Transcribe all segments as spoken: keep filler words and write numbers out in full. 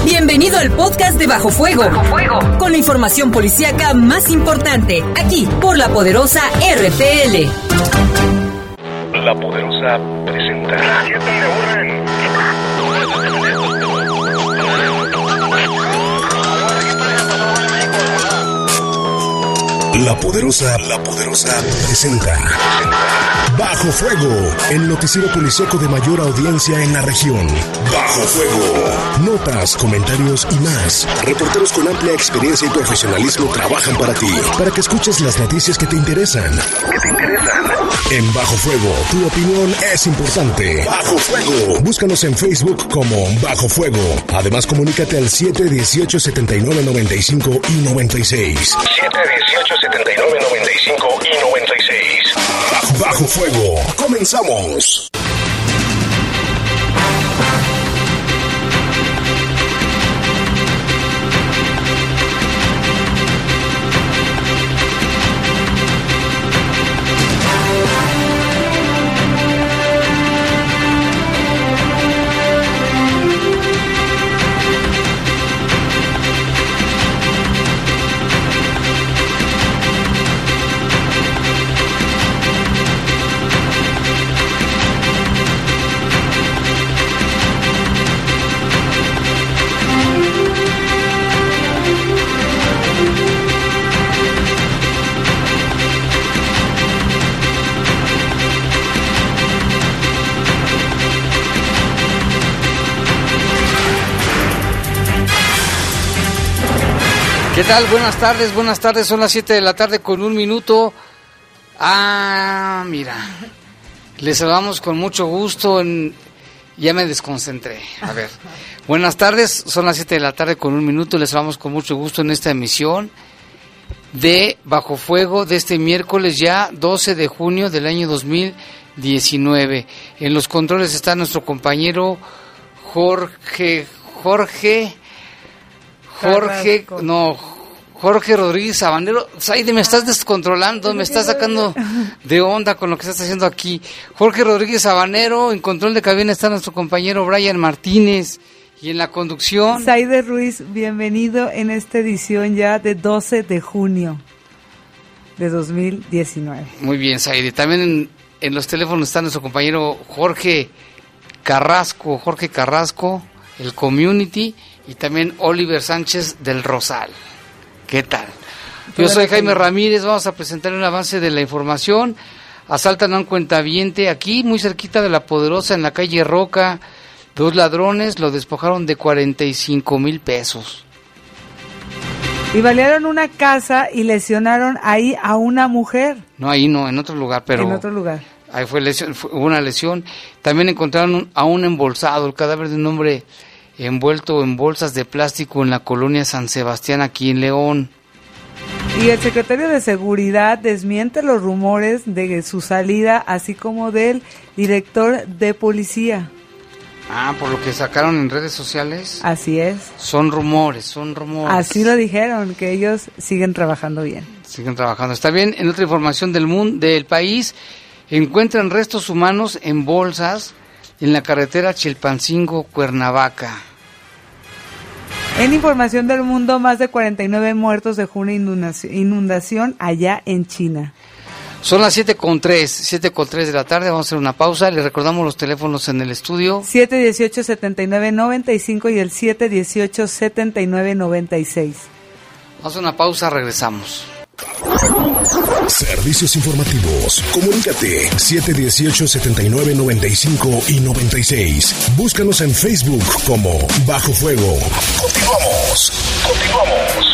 Bienvenido al podcast de Bajo Fuego. Bajo Fuego. Con la información policíaca más importante, aquí por La Poderosa R P L. La Poderosa presenta. La Poderosa, La Poderosa presenta Bajo Fuego, el noticiero policíaco de mayor audiencia en la región. Bajo Fuego. Notas, comentarios y más. Reporteros con amplia experiencia y profesionalismo trabajan para ti, para que escuches las noticias que te interesan. Que te interesan. En Bajo Fuego, tu opinión es importante. Bajo Fuego. Búscanos en Facebook como Bajo Fuego. Además, comunícate al siete dieciocho, setenta y nueve, noventa y cinco y noventa y seis. siete dieciocho, setenta y nueve, noventa y cinco y noventa y seis. Bajo, Bajo Fuego. Comenzamos. ¿Qué tal? Buenas tardes, buenas tardes, son las siete de la tarde con un minuto. Ah, mira, les saludamos con mucho gusto, en... ya me desconcentré, a ver. Buenas tardes, son las siete de la tarde con un minuto, les saludamos con mucho gusto en esta emisión de Bajo Fuego de este miércoles ya doce de junio del año dos mil diecinueve. En los controles está nuestro compañero Jorge, Jorge... Jorge, no, Jorge Rodríguez Sabanero. Saide, me estás descontrolando, me estás sacando de onda con lo que estás haciendo aquí. Jorge Rodríguez Sabanero, en control de cabina está nuestro compañero Brian Martínez. Y en la conducción... Saide Ruiz, bienvenido en esta edición ya de doce de junio de dos mil diecinueve. Muy bien, Saide. También en, en los teléfonos está nuestro compañero Jorge Carrasco, Jorge Carrasco, el Community... y también Oliver Sánchez del Rosal. ¿Qué tal? Yo soy Jaime Ramírez, vamos a presentar un avance de la información. Asaltan a un cuentaviente aquí, muy cerquita de La Poderosa, en la calle Roca. Dos ladrones lo despojaron de cuarenta y cinco mil pesos. Y balearon una casa y lesionaron ahí a una mujer. No, ahí no, en otro lugar, pero... En otro lugar. Ahí fue lesión, fue, hubo una lesión. También encontraron un, a un embolsado, el cadáver de un hombre... envuelto en bolsas de plástico en la colonia San Sebastián, aquí en León. Y el secretario de Seguridad desmiente los rumores de su salida, así como del director de policía. Ah, por lo que sacaron en redes sociales. Así es. Son rumores, son rumores. Así lo dijeron, que ellos siguen trabajando bien. Siguen trabajando. Está bien. En otra información del mundo, del país, encuentran restos humanos en bolsas en la carretera Chilpancingo-Cuernavaca. En información del mundo, más de cuarenta y nueve muertos dejó una inundación, inundación allá en China. Son las siete con tres, siete con tres de la tarde, vamos a hacer una pausa. Les recordamos los teléfonos en el estudio. siete dieciocho, setenta y nueve, noventa y cinco y el siete dieciocho, setenta y nueve, noventa y seis. Vamos a una pausa, regresamos. Servicios informativos. Comunícate siete dieciocho, setenta y nueve, noventa y cinco y noventa y seis. Búscanos en Facebook como Bajo Fuego. Continuamos. Continuamos.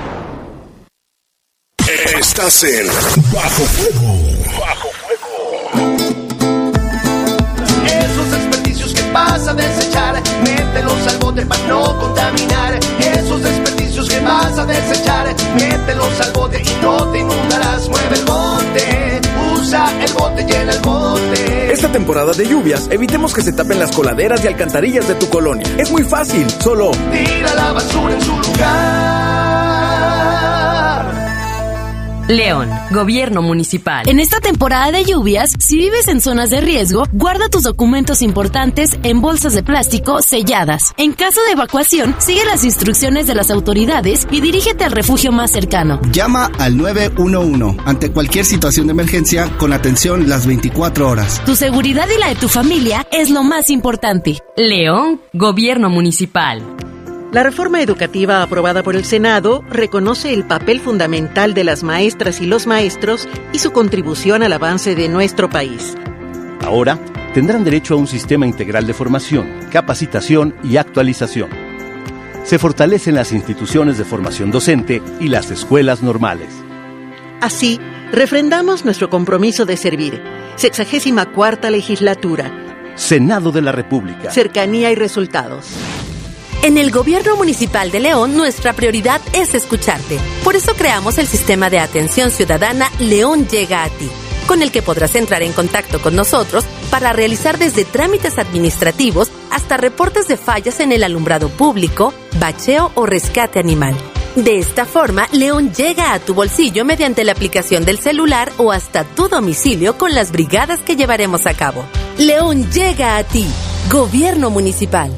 Estás en Bajo Fuego. Bajo Fuego. Esos desperdicios que vas a desechar, mételos al bote para no contaminar. Esos desperdicios que vas a desechar, mételos al bote y no te inundarás. Mueve el bote, usa el bote, llena el bote. Esta temporada de lluvias, evitemos que se tapen las coladeras y alcantarillas de tu colonia. Es muy fácil, solo tira la basura en su lugar. León, Gobierno Municipal. En esta temporada de lluvias, si vives en zonas de riesgo, guarda tus documentos importantes en bolsas de plástico selladas. En caso de evacuación, sigue las instrucciones de las autoridades y dirígete al refugio más cercano. Llama al nueve uno uno ante cualquier situación de emergencia con atención las veinticuatro horas. Tu seguridad y la de tu familia es lo más importante. León, Gobierno Municipal. La reforma educativa aprobada por el Senado reconoce el papel fundamental de las maestras y los maestros y su contribución al avance de nuestro país. Ahora tendrán derecho a un sistema integral de formación, capacitación y actualización. Se fortalecen las instituciones de formación docente y las escuelas normales. Así, refrendamos nuestro compromiso de servir. Sexagésima cuarta legislatura. Senado de la República. Cercanía y resultados. En el Gobierno Municipal de León, nuestra prioridad es escucharte. Por eso creamos el sistema de atención ciudadana León Llega a Ti, con el que podrás entrar en contacto con nosotros para realizar desde trámites administrativos hasta reportes de fallas en el alumbrado público, bacheo o rescate animal. De esta forma, León llega a tu bolsillo mediante la aplicación del celular o hasta tu domicilio con las brigadas que llevaremos a cabo. León llega a ti. Gobierno Municipal.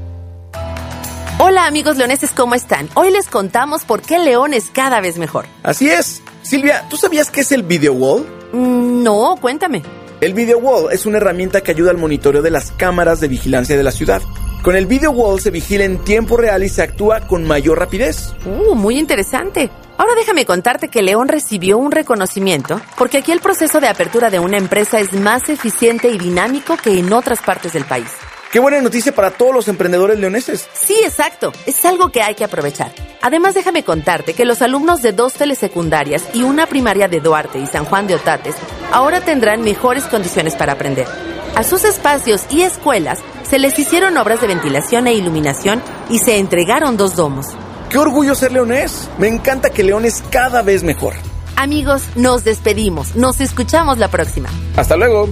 Hola amigos leoneses, ¿cómo están? Hoy les contamos por qué León es cada vez mejor. Así es. Silvia, ¿tú sabías qué es el Video Wall? Mm, no, cuéntame. El Video Wall es una herramienta que ayuda al monitoreo de las cámaras de vigilancia de la ciudad. Con el Video Wall se vigila en tiempo real y se actúa con mayor rapidez. Uh, muy interesante. Ahora déjame contarte que León recibió un reconocimiento porque aquí el proceso de apertura de una empresa es más eficiente y dinámico que en otras partes del país. ¡Qué buena noticia para todos los emprendedores leoneses! Sí, exacto. Es algo que hay que aprovechar. Además, déjame contarte que los alumnos de dos telesecundarias y una primaria de Duarte y San Juan de Otates ahora tendrán mejores condiciones para aprender. A sus espacios y escuelas se les hicieron obras de ventilación e iluminación y se entregaron dos domos. ¡Qué orgullo ser leonés! Me encanta que León es cada vez mejor. Amigos, nos despedimos. Nos escuchamos la próxima. ¡Hasta luego!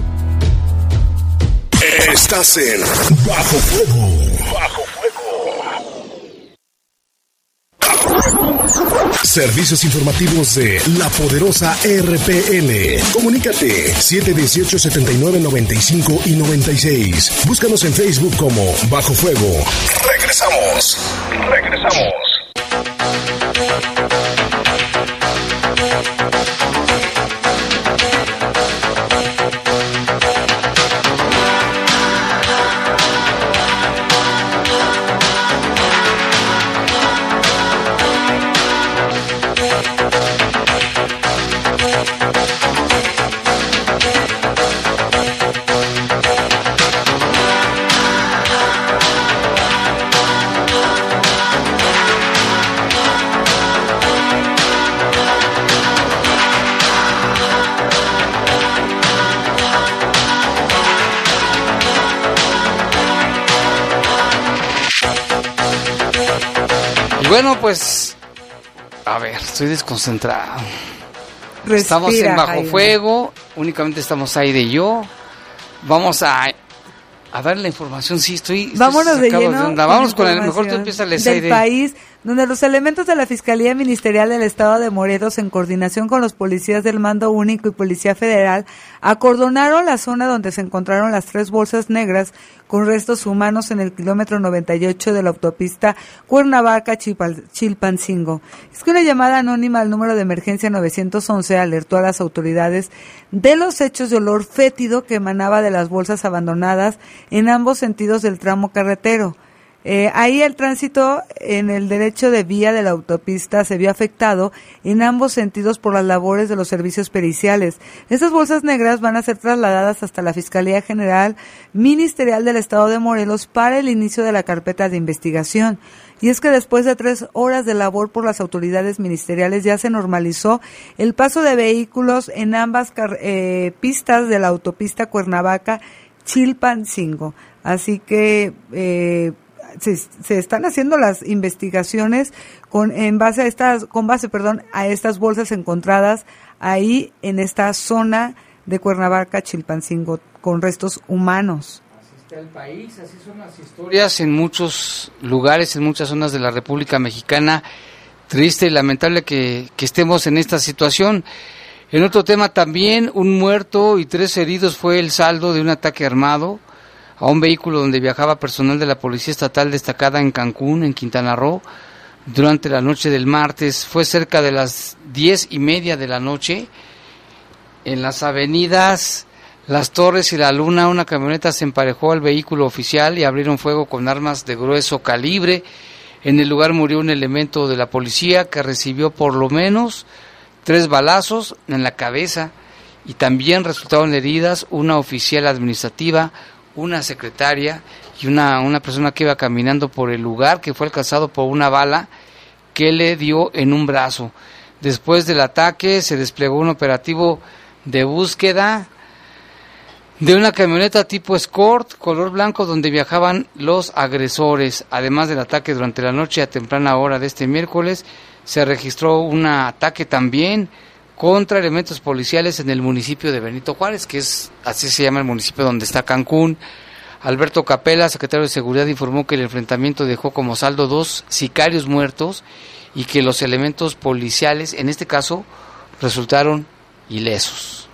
Estás en Bajo Fuego. Bajo Fuego. Servicios informativos de la poderosa R P L. Comunícate siete uno ocho, setenta y nueve, noventa y cinco y noventa y seis. Búscanos en Facebook como Bajo Fuego. Regresamos. Regresamos. Bueno, pues, a ver, estoy desconcentrado. Respira, estamos en Bajo Jaime. Fuego, únicamente estamos Aire y yo. Vamos a, a dar la información, sí, estoy... estoy Vámonos de sacado lleno. onda. Vámonos con el mejor, tú información empiezas, del Aire. país, donde los elementos de la Fiscalía Ministerial del Estado de Morelos, en coordinación con los policías del Mando Único y Policía Federal, acordonaron la zona donde se encontraron las tres bolsas negras con restos humanos en el kilómetro noventa y ocho de la autopista Cuernavaca-Chilpancingo. Es que una llamada anónima al número de emergencia nueve once alertó a las autoridades de los hechos de olor fétido que emanaba de las bolsas abandonadas en ambos sentidos del tramo carretero. Eh, ahí el tránsito en el derecho de vía de la autopista se vio afectado en ambos sentidos por las labores de los servicios periciales. Estas bolsas negras van a ser trasladadas hasta la Fiscalía General Ministerial del Estado de Morelos para el inicio de la carpeta de investigación. Y es que después de tres horas de labor por las autoridades ministeriales ya se normalizó el paso de vehículos en ambas car- eh, pistas de la autopista Cuernavaca-Chilpancingo. Así que... Eh, Se, se están haciendo las investigaciones con en base a estas con base perdón a estas bolsas encontradas ahí en esta zona de Cuernavaca, Chilpancingo, con restos humanos. Así está el país, así son las historias en muchos lugares, en muchas zonas de la República Mexicana. triste y lamentable que, que estemos en esta situación. En otro tema también, un muerto y tres heridos fue el saldo de un ataque armado a un vehículo donde viajaba personal de la Policía Estatal destacada en Cancún, en Quintana Roo, durante la noche del martes. Fue cerca de las diez y media de la noche, en las avenidas Las Torres y La Luna, una camioneta se emparejó al vehículo oficial y abrieron fuego con armas de grueso calibre. En el lugar murió un elemento de la policía que recibió por lo menos tres balazos en la cabeza, y también resultaron heridas una oficial administrativa, una secretaria y una, una persona que iba caminando por el lugar, que fue alcanzado por una bala que le dio en un brazo. Después del ataque se desplegó un operativo de búsqueda de una camioneta tipo Escort, color blanco, donde viajaban los agresores. Además del ataque durante la noche a temprana hora de este miércoles, se registró un ataque también contra elementos policiales en el municipio de Benito Juárez, que es, así se llama el municipio donde está Cancún. Alberto Capella, secretario de Seguridad, informó que el enfrentamiento dejó como saldo dos sicarios muertos y que los elementos policiales, en este caso, resultaron ilesos.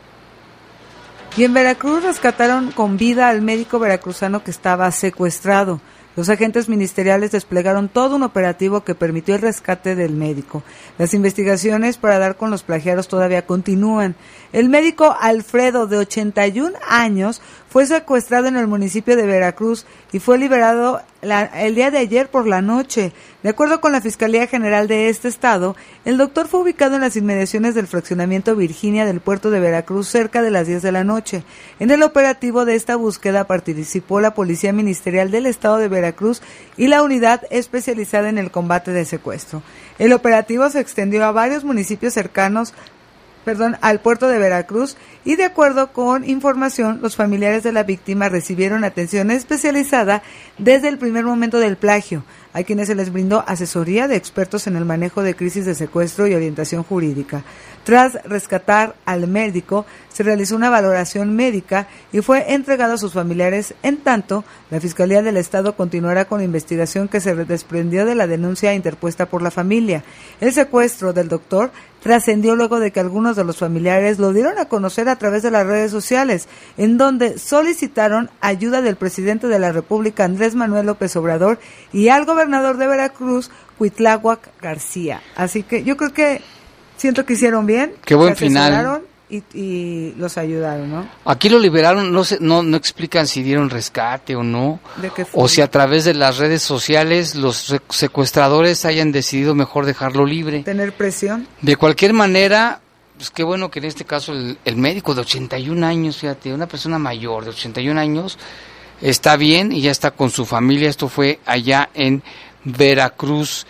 Y en Veracruz rescataron con vida al médico veracruzano que estaba secuestrado. Los agentes ministeriales desplegaron todo un operativo que permitió el rescate del médico. Las investigaciones para dar con los plagiarios todavía continúan. El médico Alfredo, de ochenta y un años, fue secuestrado en el municipio de Veracruz y fue liberado la, el día de ayer por la noche. De acuerdo con la Fiscalía General de este estado, el doctor fue ubicado en las inmediaciones del fraccionamiento Virginia del puerto de Veracruz cerca de las diez de la noche. En el operativo de esta búsqueda participó la Policía Ministerial del estado de Veracruz y la unidad especializada en el combate de secuestro. El operativo se extendió a varios municipios cercanos perdón, al puerto de Veracruz, y de acuerdo con información, los familiares de la víctima recibieron atención especializada desde el primer momento del plagio, a quienes se les brindó asesoría de expertos en el manejo de crisis de secuestro y orientación jurídica. Tras rescatar al médico, se realizó una valoración médica y fue entregado a sus familiares. En tanto, la Fiscalía del Estado continuará con la investigación que se desprendió de la denuncia interpuesta por la familia. El secuestro del doctor trascendió luego de que algunos de los familiares lo dieron a conocer a través de las redes sociales, en donde solicitaron ayuda del presidente de la República, Andrés Manuel López Obrador, y al gobernador de Veracruz, Cuitláhuac García. Así que yo creo que siento que hicieron bien. Qué buen final. Y, y los ayudaron, ¿no? Aquí lo liberaron, no se, no no explican si dieron rescate o no, ¿De qué fue? O si a través de las redes sociales los secuestradores hayan decidido mejor dejarlo libre. Tener presión. De cualquier manera, pues qué bueno que en este caso el, el médico de ochenta y un años, fíjate, una persona mayor de ochenta y un años, está bien y ya está con su familia. Esto fue allá en Veracruz.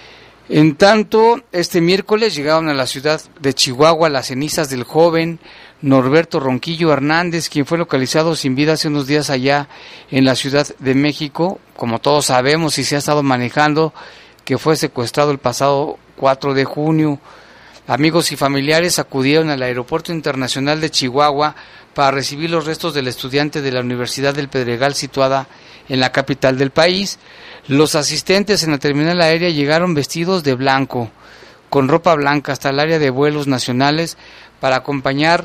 En tanto, este miércoles llegaron a la ciudad de Chihuahua las cenizas del joven Norberto Ronquillo Hernández, quien fue localizado sin vida hace unos días allá en la Ciudad de México. Como todos sabemos y se ha estado manejando, que fue secuestrado el pasado cuatro de junio. Amigos y familiares acudieron al Aeropuerto Internacional de Chihuahua para recibir los restos del estudiante de la Universidad del Pedregal, situada en la capital del país. Los asistentes en la terminal aérea llegaron vestidos de blanco, con ropa blanca, hasta el área de vuelos nacionales para acompañar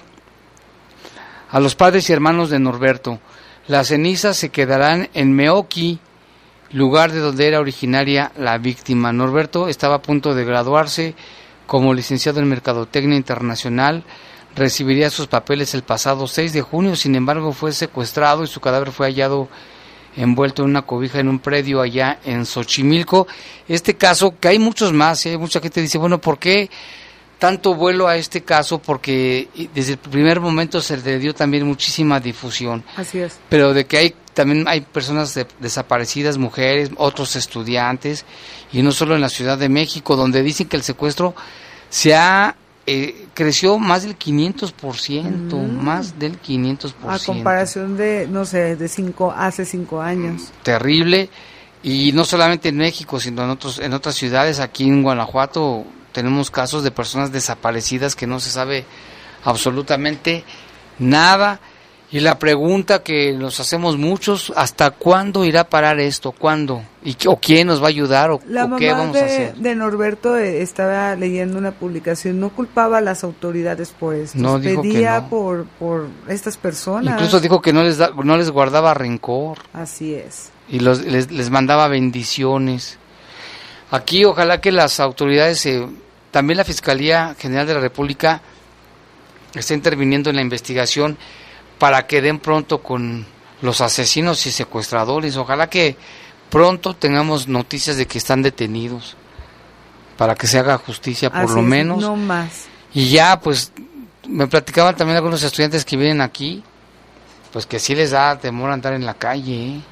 a los padres y hermanos de Norberto. Las cenizas se quedarán en Meoqui, lugar de donde era originaria la víctima. Norberto estaba a punto de graduarse como licenciado en Mercadotecnia Internacional. Recibiría sus papeles el pasado seis de junio, sin embargo fue secuestrado y su cadáver fue hallado envuelto en una cobija en un predio allá en Xochimilco. Este caso, que hay muchos más, ¿eh? Mucha gente dice, bueno, ¿por qué tanto vuelo a este caso? Porque desde el primer momento se le dio también muchísima difusión. Así es. Pero de que hay también hay personas de, desaparecidas, mujeres, otros estudiantes, y no solo en la Ciudad de México, donde dicen que el secuestro se ha Eh, creció más del quinientos por ciento, mm. más del quinientos por ciento. A comparación de, no sé, de cinco, hace cinco años. Terrible, y no solamente en México, sino en otros, en otras ciudades. Aquí en Guanajuato tenemos casos de personas desaparecidas que no se sabe absolutamente nada, Y la pregunta que nos hacemos muchos, ¿hasta cuándo irá a parar esto? ¿Cuándo? ¿Y o quién nos va a ayudar? ¿O, la o qué mamá vamos de, a hacer? de Norberto eh, estaba leyendo una publicación, no culpaba a las autoridades por esto, No, dijo que pedía no. por, por estas personas. Incluso dijo que no les da, no les guardaba rencor. Así es. Y los, les, les mandaba bendiciones. Aquí ojalá que las autoridades, eh, también la Fiscalía General de la República, esté interviniendo en la investigación para que den pronto con los asesinos y secuestradores. Ojalá que pronto tengamos noticias de que están detenidos, para que se haga justicia por Así lo es, menos. no más. Y ya, pues, me platicaban también algunos estudiantes que vienen aquí, pues que sí les da temor andar en la calle, ¿eh?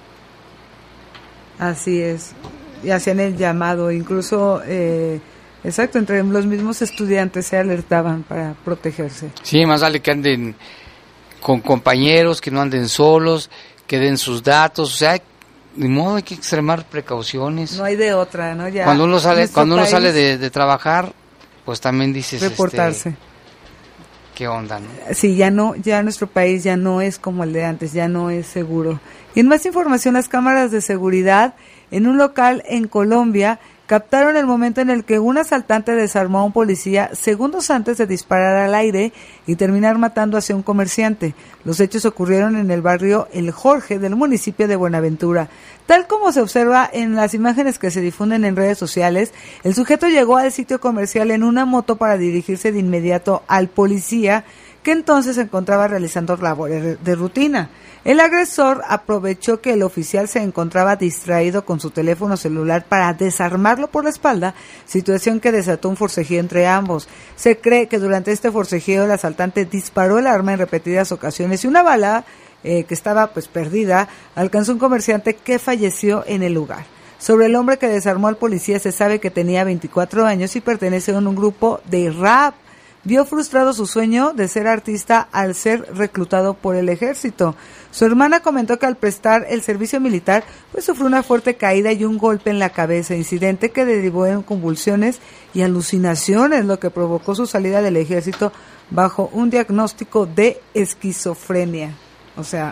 Así es. Y hacían el llamado, incluso, eh, exacto, entre los mismos estudiantes se alertaban para protegerse. Sí, más vale que anden con compañeros, que no anden solos, que den sus datos, o sea, ni modo, hay que extremar precauciones. No hay de otra, ¿no? Ya cuando uno sale, cuando uno país, sale de, de trabajar, pues también dices, reportarse. Este, ¿qué onda, no? Sí, ya no, ya nuestro país ya no es como el de antes, ya no es seguro. Y en más información, las cámaras de seguridad en un local en Colombia captaron el momento en el que un asaltante desarmó a un policía segundos antes de disparar al aire y terminar matando hacia un comerciante. Los hechos ocurrieron en el barrio El Jorge del municipio de Buenaventura. Tal como se observa en las imágenes que se difunden en redes sociales, el sujeto llegó al sitio comercial en una moto para dirigirse de inmediato al policía, que entonces se encontraba realizando labores de rutina. El agresor aprovechó que el oficial se encontraba distraído con su teléfono celular para desarmarlo por la espalda, situación que desató un forcejeo entre ambos. Se cree que durante este forcejeo el asaltante disparó el arma en repetidas ocasiones y una bala, eh, que estaba pues perdida, alcanzó un comerciante que falleció en el lugar. Sobre el hombre que desarmó al policía se sabe que tenía veinticuatro años y pertenece a un grupo de rap. Vio frustrado su sueño de ser artista al ser reclutado por el ejército. Su hermana comentó que al prestar el servicio militar, pues sufrió una fuerte caída y un golpe en la cabeza, incidente que derivó en convulsiones y alucinaciones, lo que provocó su salida del ejército bajo un diagnóstico de esquizofrenia. O sea...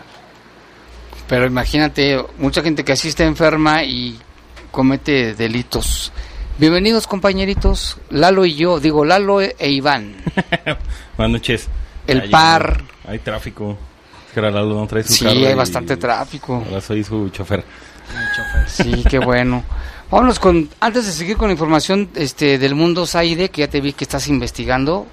Pero imagínate, mucha gente que así está enferma y comete delitos. Bienvenidos, compañeritos, Lalo y yo, digo Lalo e Iván. Buenas noches. El ya par. Llegó. Hay tráfico. Es que ahora Lalo no trae su sí, carro. Sí, hay y bastante tráfico. Ahora soy su chofer. Sí, qué bueno. Vámonos con, antes de seguir con la información este, del mundo, Zaide, que ya te vi que estás investigando.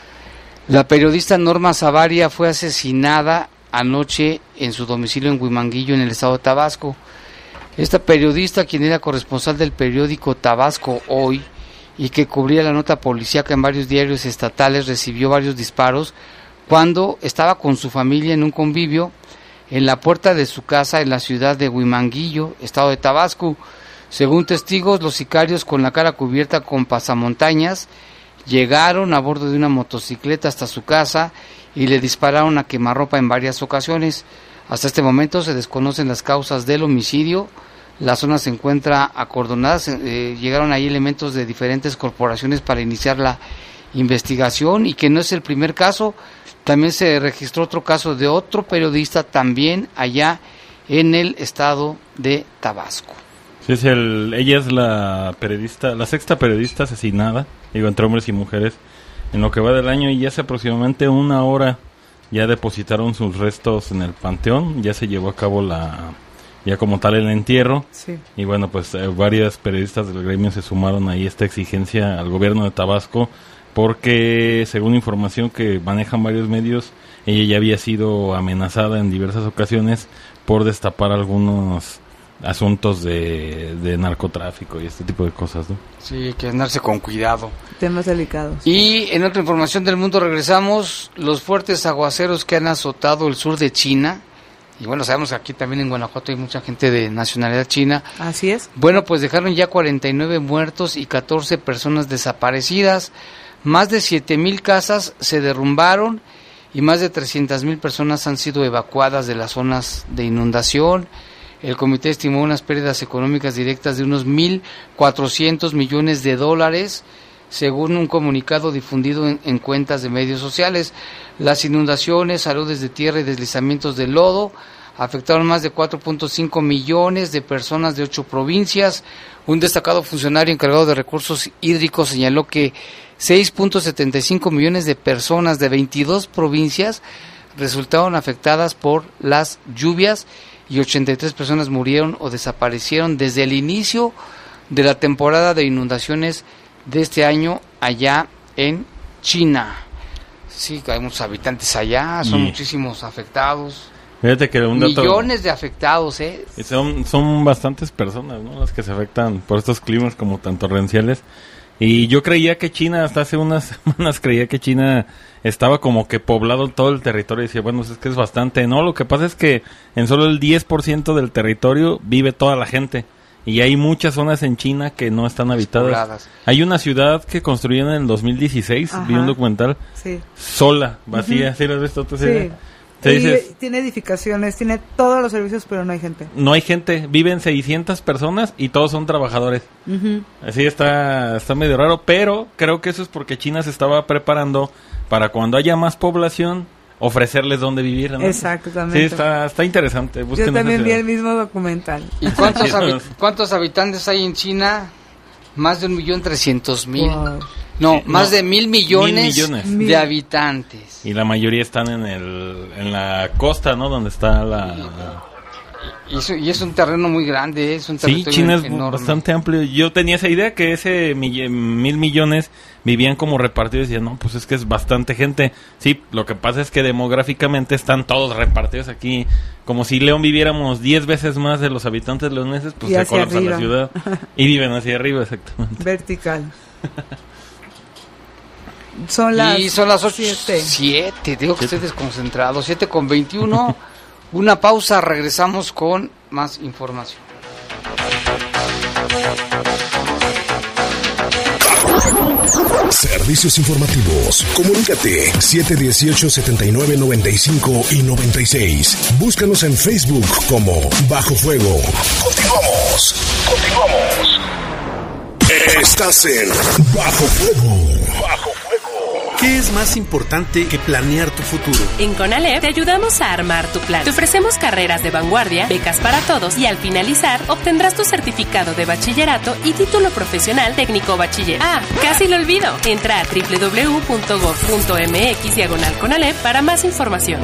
La periodista Norma Savaria fue asesinada anoche en su domicilio en Huimanguillo, en el estado de Tabasco. Esta periodista, quien era corresponsal del periódico Tabasco Hoy y que cubría la nota policíaca en varios diarios estatales, recibió varios disparos cuando estaba con su familia en un convivio en la puerta de su casa en la ciudad de Huimanguillo, estado de Tabasco. Según testigos, los sicarios, con la cara cubierta con pasamontañas, llegaron a bordo de una motocicleta hasta su casa y le dispararon a quemarropa en varias ocasiones. Hasta este momento se desconocen las causas del homicidio. La zona se encuentra acordonada. Eh, llegaron ahí elementos de diferentes corporaciones para iniciar la investigación, y que no es el primer caso. También se registró otro caso de otro periodista también allá en el estado de Tabasco. Sí, es el, ella es la periodista, la sexta periodista asesinada, digo, entre hombres y mujeres, en lo que va del año, y hace aproximadamente una hora ya depositaron sus restos en el panteón, ya se llevó a cabo la, ya como tal el entierro, sí. Y bueno, pues eh, varias periodistas del gremio se sumaron ahí a esta exigencia al gobierno de Tabasco, porque según información que manejan varios medios, ella ya había sido amenazada en diversas ocasiones por destapar algunos asuntos de, de narcotráfico y este tipo de cosas, ¿no? Sí, hay que andarse con cuidado. Temas delicados. Y en otra información del mundo regresamos, los fuertes aguaceros que han azotado el sur de China, y bueno, sabemos que aquí también en Guanajuato hay mucha gente de nacionalidad china. Así es. Bueno, pues dejaron ya cuarenta y nueve muertos y catorce personas desaparecidas, más de siete mil casas se derrumbaron y más de trescientas mil personas han sido evacuadas de las zonas de inundación. El comité estimó unas pérdidas económicas directas de unos mil cuatrocientos millones de dólares, según un comunicado difundido en, en cuentas de medios sociales. Las inundaciones, aludes de tierra y deslizamientos de lodo afectaron más de cuatro punto cinco millones de personas de ocho provincias. Un destacado funcionario encargado de recursos hídricos señaló que seis punto setenta y cinco millones de personas de veintidós provincias resultaron afectadas por las lluvias y ochenta y tres personas murieron o desaparecieron desde el inicio de la temporada de inundaciones de este año allá en China. Sí, hay muchos habitantes allá, son y... muchísimos afectados. Fíjate que un dato, millones de afectados, ¿eh? Son, son bastantes personas, ¿no? Las que se afectan por estos climas como tan torrenciales. Y yo creía que China, hasta hace unas semanas, creía que China estaba como que poblado todo el territorio. Y decía, bueno, es que es bastante. No, lo que pasa es que en solo el diez por ciento del territorio vive toda la gente. Y hay muchas zonas en China que no están habitadas. Pobladas. Hay una ciudad que construyeron en el dos mil dieciséis, Ajá. vi un documental, sí. sola, vacía. Uh-huh. ¿Sí lo has visto? ¿Tú sí. Y dices, tiene edificaciones, tiene todos los servicios, pero no hay gente. No hay gente, viven seiscientas personas y todos son trabajadores. Uh-huh. Así está, está medio raro, pero creo que eso es porque China se estaba preparando para cuando haya más población, ofrecerles dónde vivir, ¿no? Exactamente. Sí, está, está interesante. Busquen Yo también vi el mismo documental. ¿Y cuántos, habi- cuántos habitantes hay en China? Más de un millón trescientos mil. Wow. No, sí, más no, de mil millones, mil millones de habitantes. Y la mayoría están en el en la costa, ¿no? Donde está la... la... Y, eso, y es un terreno muy grande, es un territorio Sí, China es enorme. Bastante amplio. Yo tenía esa idea que ese mil, mil millones vivían como repartidos y decía, no, pues es que es bastante gente. Sí, lo que pasa es que demográficamente están todos repartidos aquí. Como si León viviéramos diez veces más de los habitantes leoneses, pues y se colapsa la ciudad. Y viven hacia arriba, exactamente. Vertical. Son las y son las ocho, siete. siete, digo que siete. Estoy desconcentrado, siete con veintiuno. Una pausa, regresamos con más información. Servicios informativos. Comunícate siete dieciocho, setenta y nueve, noventa y cinco y noventa y seis. Búscanos en Facebook como Bajo Fuego. Continuamos. Continuamos. Estás en Bajo Fuego. Bajo Fuego. ¿Qué es más importante que planear tu futuro? En CONALEP te ayudamos a armar tu plan. Te ofrecemos carreras de vanguardia, becas para todos y al finalizar obtendrás tu certificado de bachillerato y título profesional técnico bachiller. Ah, casi lo olvido. Entra a doble u doble u doble u punto gob punto eme equis diagonal CONALEP para más información.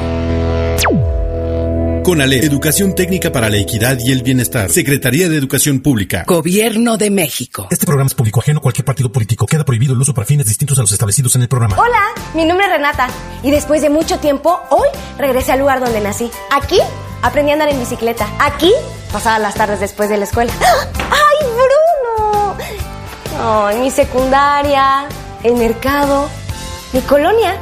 CONALEP, Educación Técnica para la Equidad y el Bienestar. Secretaría de Educación Pública. Gobierno de México. Este programa es público ajeno a cualquier partido político. Queda prohibido el uso para fines distintos a los establecidos en el programa. Hola, mi nombre es Renata. Y después de mucho tiempo, hoy regresé al lugar donde nací. Aquí aprendí a andar en bicicleta. Aquí pasaba las tardes después de la escuela. ¡Ay, Bruno! Ay, mi secundaria, el mercado, mi colonia.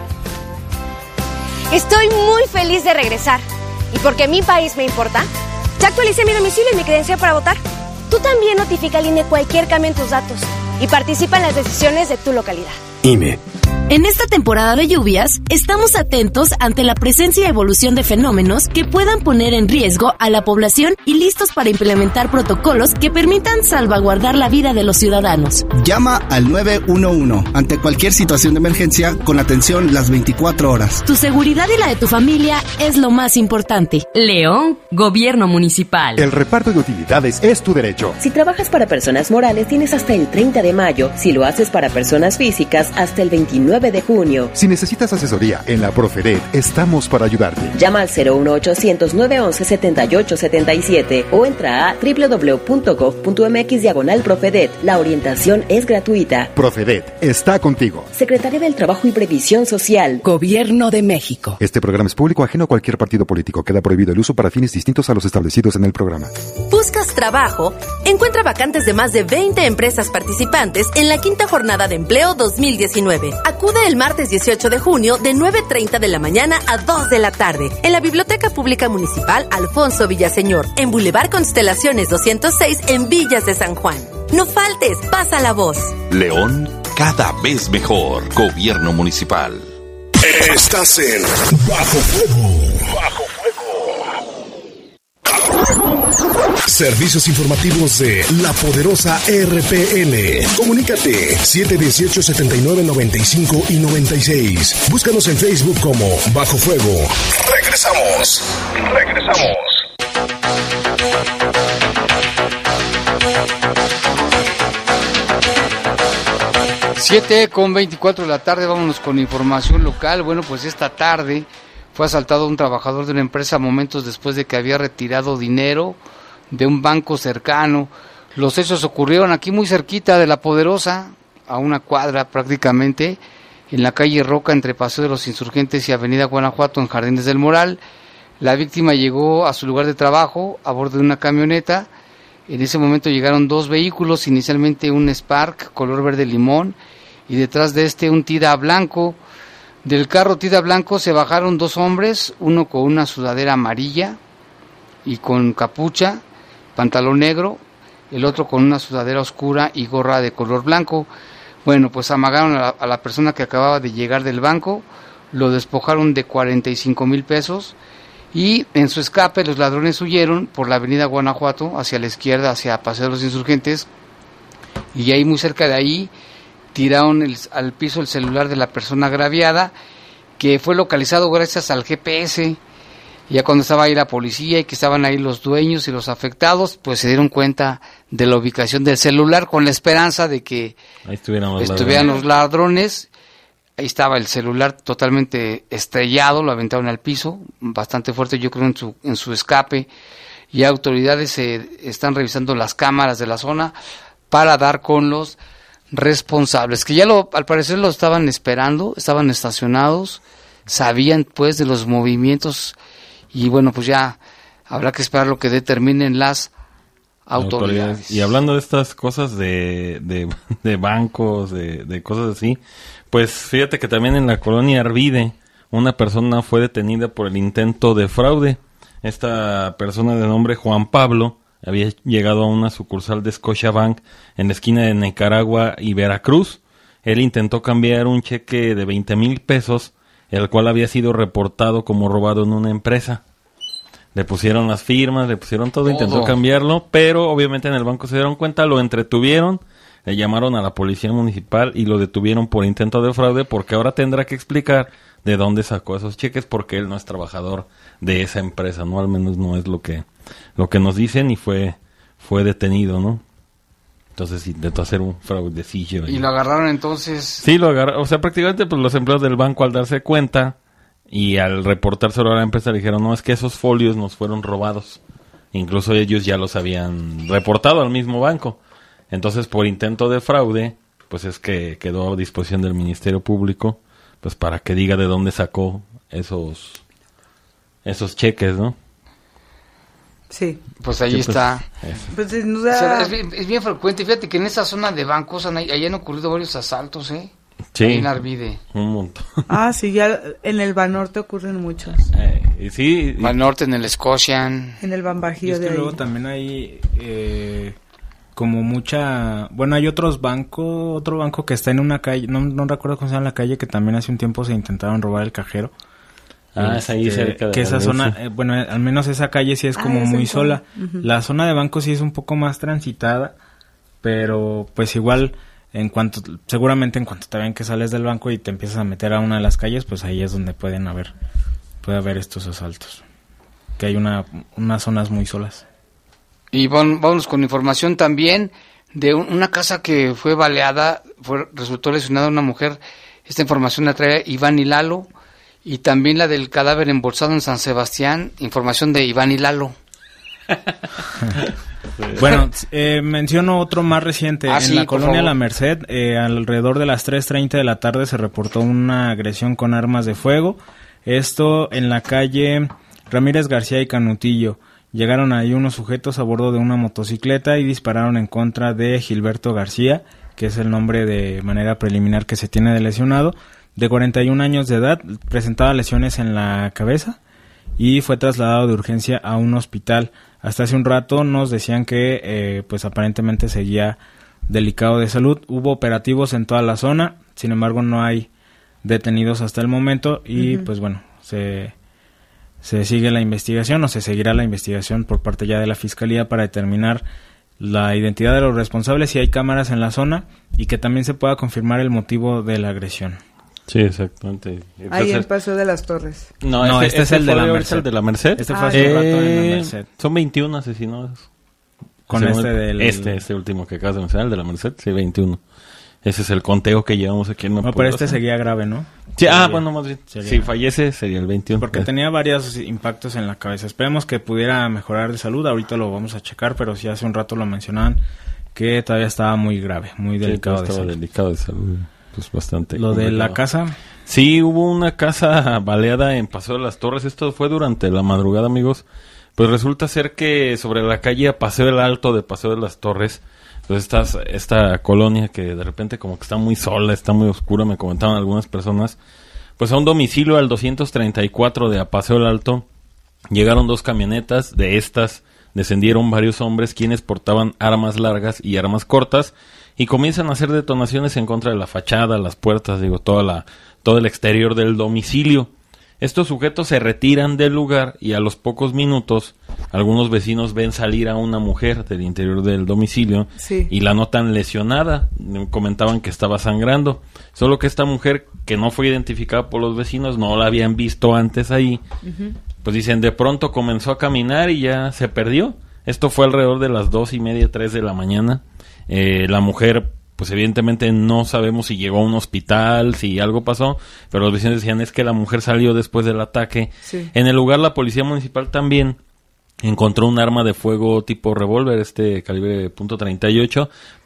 Estoy muy feliz de regresar. Y porque mi país me importa, ya actualicé mi domicilio y mi credencial para votar. Tú también notifica al I N E cualquier cambio en tus datos y participa en las decisiones de tu localidad. I N E. En esta temporada de lluvias, estamos atentos ante la presencia y evolución de fenómenos que puedan poner en riesgo a la población y listos para implementar protocolos que permitan salvaguardar la vida de los ciudadanos. Llama al nueve uno uno ante cualquier situación de emergencia con atención las veinticuatro horas. Tu seguridad y la de tu familia es lo más importante. León, Gobierno Municipal. El reparto de utilidades es tu derecho. Si trabajas para personas morales, tienes hasta el treinta de mayo. Si lo haces para personas físicas, hasta el veintinueve de junio. Si necesitas asesoría en la Profedet, estamos para ayudarte. Llama al cero uno ochocientos, nueve once, setenta y ocho setenta y siete o entra a doble u doble u doble u punto gob punto eme equis diagonal Profedet. La orientación es gratuita. Profedet está contigo. Secretaría del Trabajo y Previsión Social. Gobierno de México. Este programa es público ajeno a cualquier partido político. Queda prohibido el uso para fines distintos a los establecidos en el programa. ¿Buscas trabajo? Encuentra vacantes de más de veinte empresas participantes en la quinta jornada de empleo dos mil diecinueve. Acude el martes dieciocho de junio de nueve treinta de la mañana a dos de la tarde en la Biblioteca Pública Municipal Alfonso Villaseñor, en Boulevard Constelaciones doscientos seis en Villas de San Juan. No faltes, pasa la voz. León, cada vez mejor. Gobierno Municipal. Estás en Bajo Fuego. Bajo Fuego. Servicios informativos de La Poderosa R P L. Comunícate siete uno ocho, setenta y nueve, noventa y cinco y noventa y seis. Búscanos en Facebook como Bajo Fuego. Regresamos. Regresamos. siete con veinticuatro de la tarde, vámonos con información local. Bueno, pues esta tarde fue asaltado un trabajador de una empresa momentos después de que había retirado dinero de un banco cercano. Los hechos ocurrieron aquí muy cerquita de La Poderosa, a una cuadra prácticamente, en la calle Roca entre Paseo de los Insurgentes y Avenida Guanajuato en Jardines del Moral. La víctima llegó a su lugar de trabajo a bordo de una camioneta. En ese momento llegaron dos vehículos, inicialmente un Spark color verde limón y detrás de este un Tida blanco. Del carro Tida blanco se bajaron dos hombres, uno con una sudadera amarilla y con capucha, pantalón negro, el otro con una sudadera oscura y gorra de color blanco. Bueno, pues amagaron a la, a la persona que acababa de llegar del banco, lo despojaron de cuarenta y cinco mil pesos y en su escape los ladrones huyeron por la avenida Guanajuato hacia la izquierda, hacia Paseo de los Insurgentes, y ahí muy cerca de ahí tiraron el, al piso el celular de la persona agraviada, que fue localizado gracias al G P S. Ya cuando estaba ahí la policía y que estaban ahí los dueños y los afectados, pues se dieron cuenta de la ubicación del celular con la esperanza de que ahí estuvieran los estuvieran ladrones. los ladrones. Ahí estaba el celular totalmente estrellado, lo aventaron al piso, bastante fuerte, yo creo, en su, en su escape. Y autoridades eh, están revisando las cámaras de la zona para dar con los responsables, que ya lo, al parecer lo estaban esperando, estaban estacionados, sabían pues de los movimientos, y bueno, pues ya habrá que esperar lo que determinen las autoridades. autoridades. Y hablando de estas cosas de, de, de bancos, de, de cosas así, pues fíjate que también en la colonia Arvide una persona fue detenida por el intento de fraude. Esta persona de nombre Juan Pablo había llegado a una sucursal de Scotiabank en la esquina de Nicaragua y Veracruz. Él intentó cambiar un cheque de veinte mil pesos, el cual había sido reportado como robado en una empresa. Le pusieron las firmas, le pusieron todo, todo, intentó cambiarlo, pero obviamente en el banco se dieron cuenta, lo entretuvieron, le llamaron a la policía municipal y lo detuvieron por intento de fraude, porque ahora tendrá que explicar de dónde sacó esos cheques, porque él no es trabajador de esa empresa, ¿no? Al menos no es lo que lo que nos dicen, y fue fue detenido, ¿no? Entonces intentó hacer un fraudecillo. ¿Y lo agarraron entonces? Sí, lo agarraron, o sea, prácticamente pues los empleados del banco, al darse cuenta y al reportárselo a la empresa, le dijeron, no, es que esos folios nos fueron robados. Incluso ellos ya los habían reportado al mismo banco. Entonces, por intento de fraude, pues es que quedó a disposición del Ministerio Público, pues para que diga de dónde sacó esos esos cheques, ¿no? Sí. Pues ahí sí, pues, está. Pues, o sea, es, bien, es bien frecuente. Fíjate que en esa zona de bancos han, ahí han ocurrido varios asaltos, ¿eh? Sí. Ahí en Arvide. Un montón. Ah, sí, ya en el Banorte ocurren muchos. Eh, y sí. Y... Banorte, en el Scotian. En el Bambajío es de que ahí. Luego también hay eh, como mucha... Bueno, hay otros bancos, otro banco que está en una calle, no, no recuerdo cómo se llama la calle, que también hace un tiempo se intentaron robar el cajero. Ah, es ahí este, cerca de que esa la zona, eh, bueno, al menos esa calle sí es Ah, como es muy en sola. uh-huh. La zona de bancos sí es un poco más transitada, pero pues igual, en cuanto, seguramente en cuanto te ven que sales del banco y te empiezas a meter a una de las calles, pues ahí es donde pueden haber, puede haber estos asaltos. Que hay una, unas zonas muy solas. Y bon, vamos con información también de un, una casa que fue baleada, fue, resultó lesionada una mujer. Esta información la trae Iván y Lalo. Y también la del cadáver embolsado en San Sebastián, información de Iván y Lalo. Bueno, eh, menciono otro más reciente. Ah, en sí, la colonia favor. La Merced, eh, alrededor de las tres treinta de la tarde se reportó una agresión con armas de fuego. Esto en la calle Ramírez García y Canutillo. Llegaron ahí unos sujetos a bordo de una motocicleta y dispararon en contra de Gilberto García, que es el nombre de manera preliminar que se tiene de lesionado, de cuarenta y un años de edad, presentaba lesiones en la cabeza y fue trasladado de urgencia a un hospital. Hasta hace un rato nos decían que eh, pues aparentemente seguía delicado de salud. Hubo operativos en toda la zona, sin embargo no hay detenidos hasta el momento y uh-huh. pues bueno, se se sigue la investigación o se seguirá la investigación por parte ya de la Fiscalía para determinar la identidad de los responsables, si hay cámaras en la zona y que también se pueda confirmar el motivo de la agresión. Sí, exactamente. Entonces, ahí en Paseo de las Torres. No, no este, este, este es el de la Merced. ¿El de la Merced? Este fue hace eh, rato en la Merced. Son veintiuno asesinados. Con este del... Este, este último que acabas de mencionar, el de la Merced, sí, veintiuno. Ese es el conteo que llevamos aquí en No, no pero este seguía grave, ¿no? Sí, ah, bueno, más bien. Sería... Si fallece, sería el veintiuno. Porque tenía varios impactos en la cabeza. Esperemos que pudiera mejorar de salud. Ahorita lo vamos a checar, pero sí hace un rato lo mencionaban que todavía estaba muy grave, muy delicado sí, de estaba salud. delicado de salud. Pues bastante Lo complicado. De la casa... Sí, hubo una casa baleada en Paseo de las Torres. Esto fue durante la madrugada, amigos. Pues resulta ser que sobre la calle Paseo del Alto de Paseo de las Torres, pues esta, esta colonia que de repente como que está muy sola, está muy oscura, me comentaban algunas personas, pues a un domicilio al doscientos treinta y cuatro de Paseo del Alto llegaron dos camionetas. De estas descendieron varios hombres quienes portaban armas largas y armas cortas y comienzan a hacer detonaciones en contra de la fachada, las puertas, digo, toda la, todo el exterior del domicilio. Estos sujetos se retiran del lugar y a los pocos minutos algunos vecinos ven salir a una mujer del interior del domicilio sí. y la notan lesionada. Comentaban que estaba sangrando. Solo que esta mujer, que no fue identificada por los vecinos, no la habían visto antes ahí. Uh-huh. Pues dicen, de pronto comenzó a caminar y ya se perdió. Esto fue alrededor de las dos y media, tres de la mañana. Eh, la mujer... pues evidentemente no sabemos si llegó a un hospital, si algo pasó, pero los vecinos decían es que la mujer salió después del ataque. Sí. En el lugar la policía municipal también encontró un arma de fuego tipo revólver, este calibre punto treinta y ocho,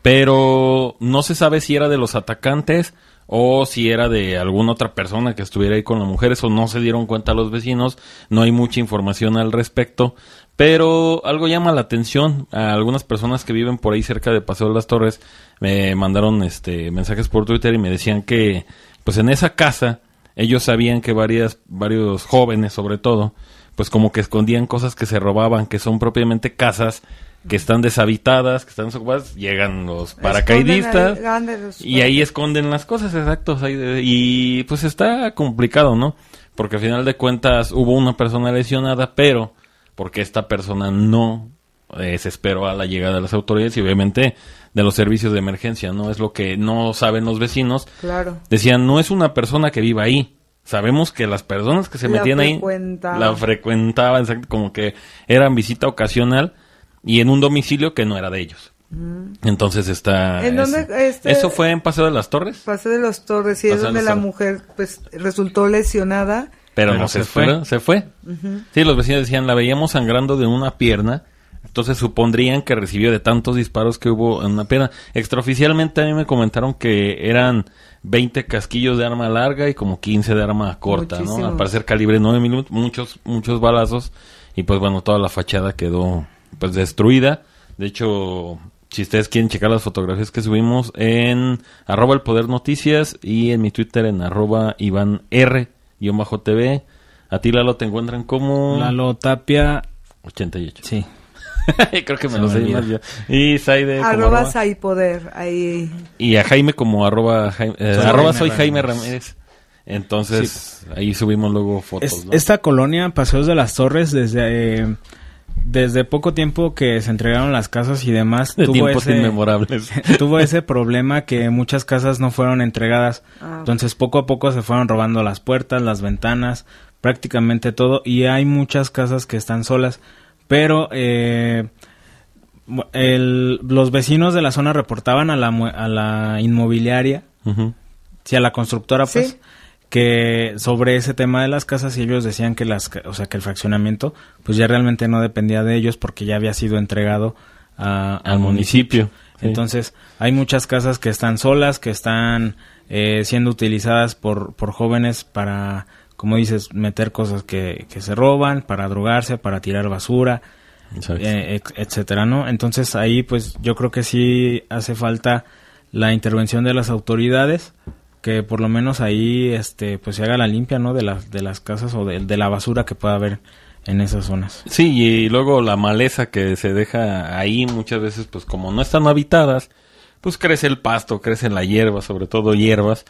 pero no se sabe si era de los atacantes o si era de alguna otra persona que estuviera ahí con la mujer. Eso no se dieron cuenta los vecinos, no hay mucha información al respecto. Pero algo llama la atención. A algunas personas que viven por ahí cerca de Paseo de las Torres me mandaron este mensajes por Twitter y me decían que pues en esa casa ellos sabían que varias varios jóvenes sobre todo pues como que escondían cosas que se robaban, que son propiamente casas que están deshabitadas, que están desocupadas, llegan los paracaidistas ahí, y ahí esconden las cosas, exacto, y pues está complicado, ¿no? Porque al final de cuentas hubo una persona lesionada, pero porque esta persona no eh, se esperó a la llegada de las autoridades y obviamente de los servicios de emergencia, ¿no? Es lo que no saben los vecinos. Claro. Decían, no es una persona que viva ahí. Sabemos que las personas que se la metían ahí la frecuentaban, exacto, como que eran visita ocasional y en un domicilio que no era de ellos. Mm. Entonces está... ¿En dónde, este, ¿Eso fue en Paseo de las Torres? Paseo de las Torres, sí, es donde la mujer pues resultó lesionada. Pero, Pero no se, se fue. fue, se fue. Uh-huh. Sí, los vecinos decían, la veíamos sangrando de una pierna, entonces supondrían que recibió de tantos disparos que hubo en una pierna. Extraoficialmente a mí me comentaron que eran veinte casquillos de arma larga y como quince de arma corta, Muchísimo. ¿no? Al parecer calibre nueve milímetros, muchos, muchos balazos, y pues bueno, toda la fachada quedó pues destruida. De hecho, si ustedes quieren checar las fotografías que subimos en arroba el poder noticias y en mi Twitter en arroba Iván R guión bajo T V. A ti, Lalo, te encuentran como Lalo Tapia ochenta y ocho. Sí. Creo que me Se lo sé más yo. Y Saide arroba como Saipoder ahí. Y a Jaime como arroba Jaime, eh, soy arroba soy Jaime Ramírez. Entonces sí. Ahí subimos luego fotos, es, ¿no? Esta colonia Paseos de las Torres desde eh, desde poco tiempo que se entregaron las casas y demás de tuvo tiempos ese, inmemorables tuvo ese problema que muchas casas no fueron entregadas. Ah. Entonces poco a poco se fueron robando las puertas, las ventanas, prácticamente todo, y hay muchas casas que están solas, pero eh, el, los vecinos de la zona reportaban a la a la inmobiliaria, uh-huh. sí, a la constructora pues, ¿sí? que sobre ese tema de las casas, y ellos decían que las, o sea, que el fraccionamiento pues ya realmente no dependía de ellos porque ya había sido entregado a, al municipio. municipio. Sí. Entonces hay muchas casas que están solas, que están eh, siendo utilizadas por por jóvenes para, como dices, meter cosas que, que se roban, para drogarse, para tirar basura, eh, et, etcétera, ¿no? Entonces ahí pues yo creo que sí hace falta la intervención de las autoridades, que por lo menos ahí este pues se haga la limpia, ¿no? de las de las casas o de, de la basura que pueda haber en esas zonas. Sí, y luego la maleza que se deja ahí muchas veces, pues como no están habitadas, pues crece el pasto, crece la hierba, sobre todo hierbas.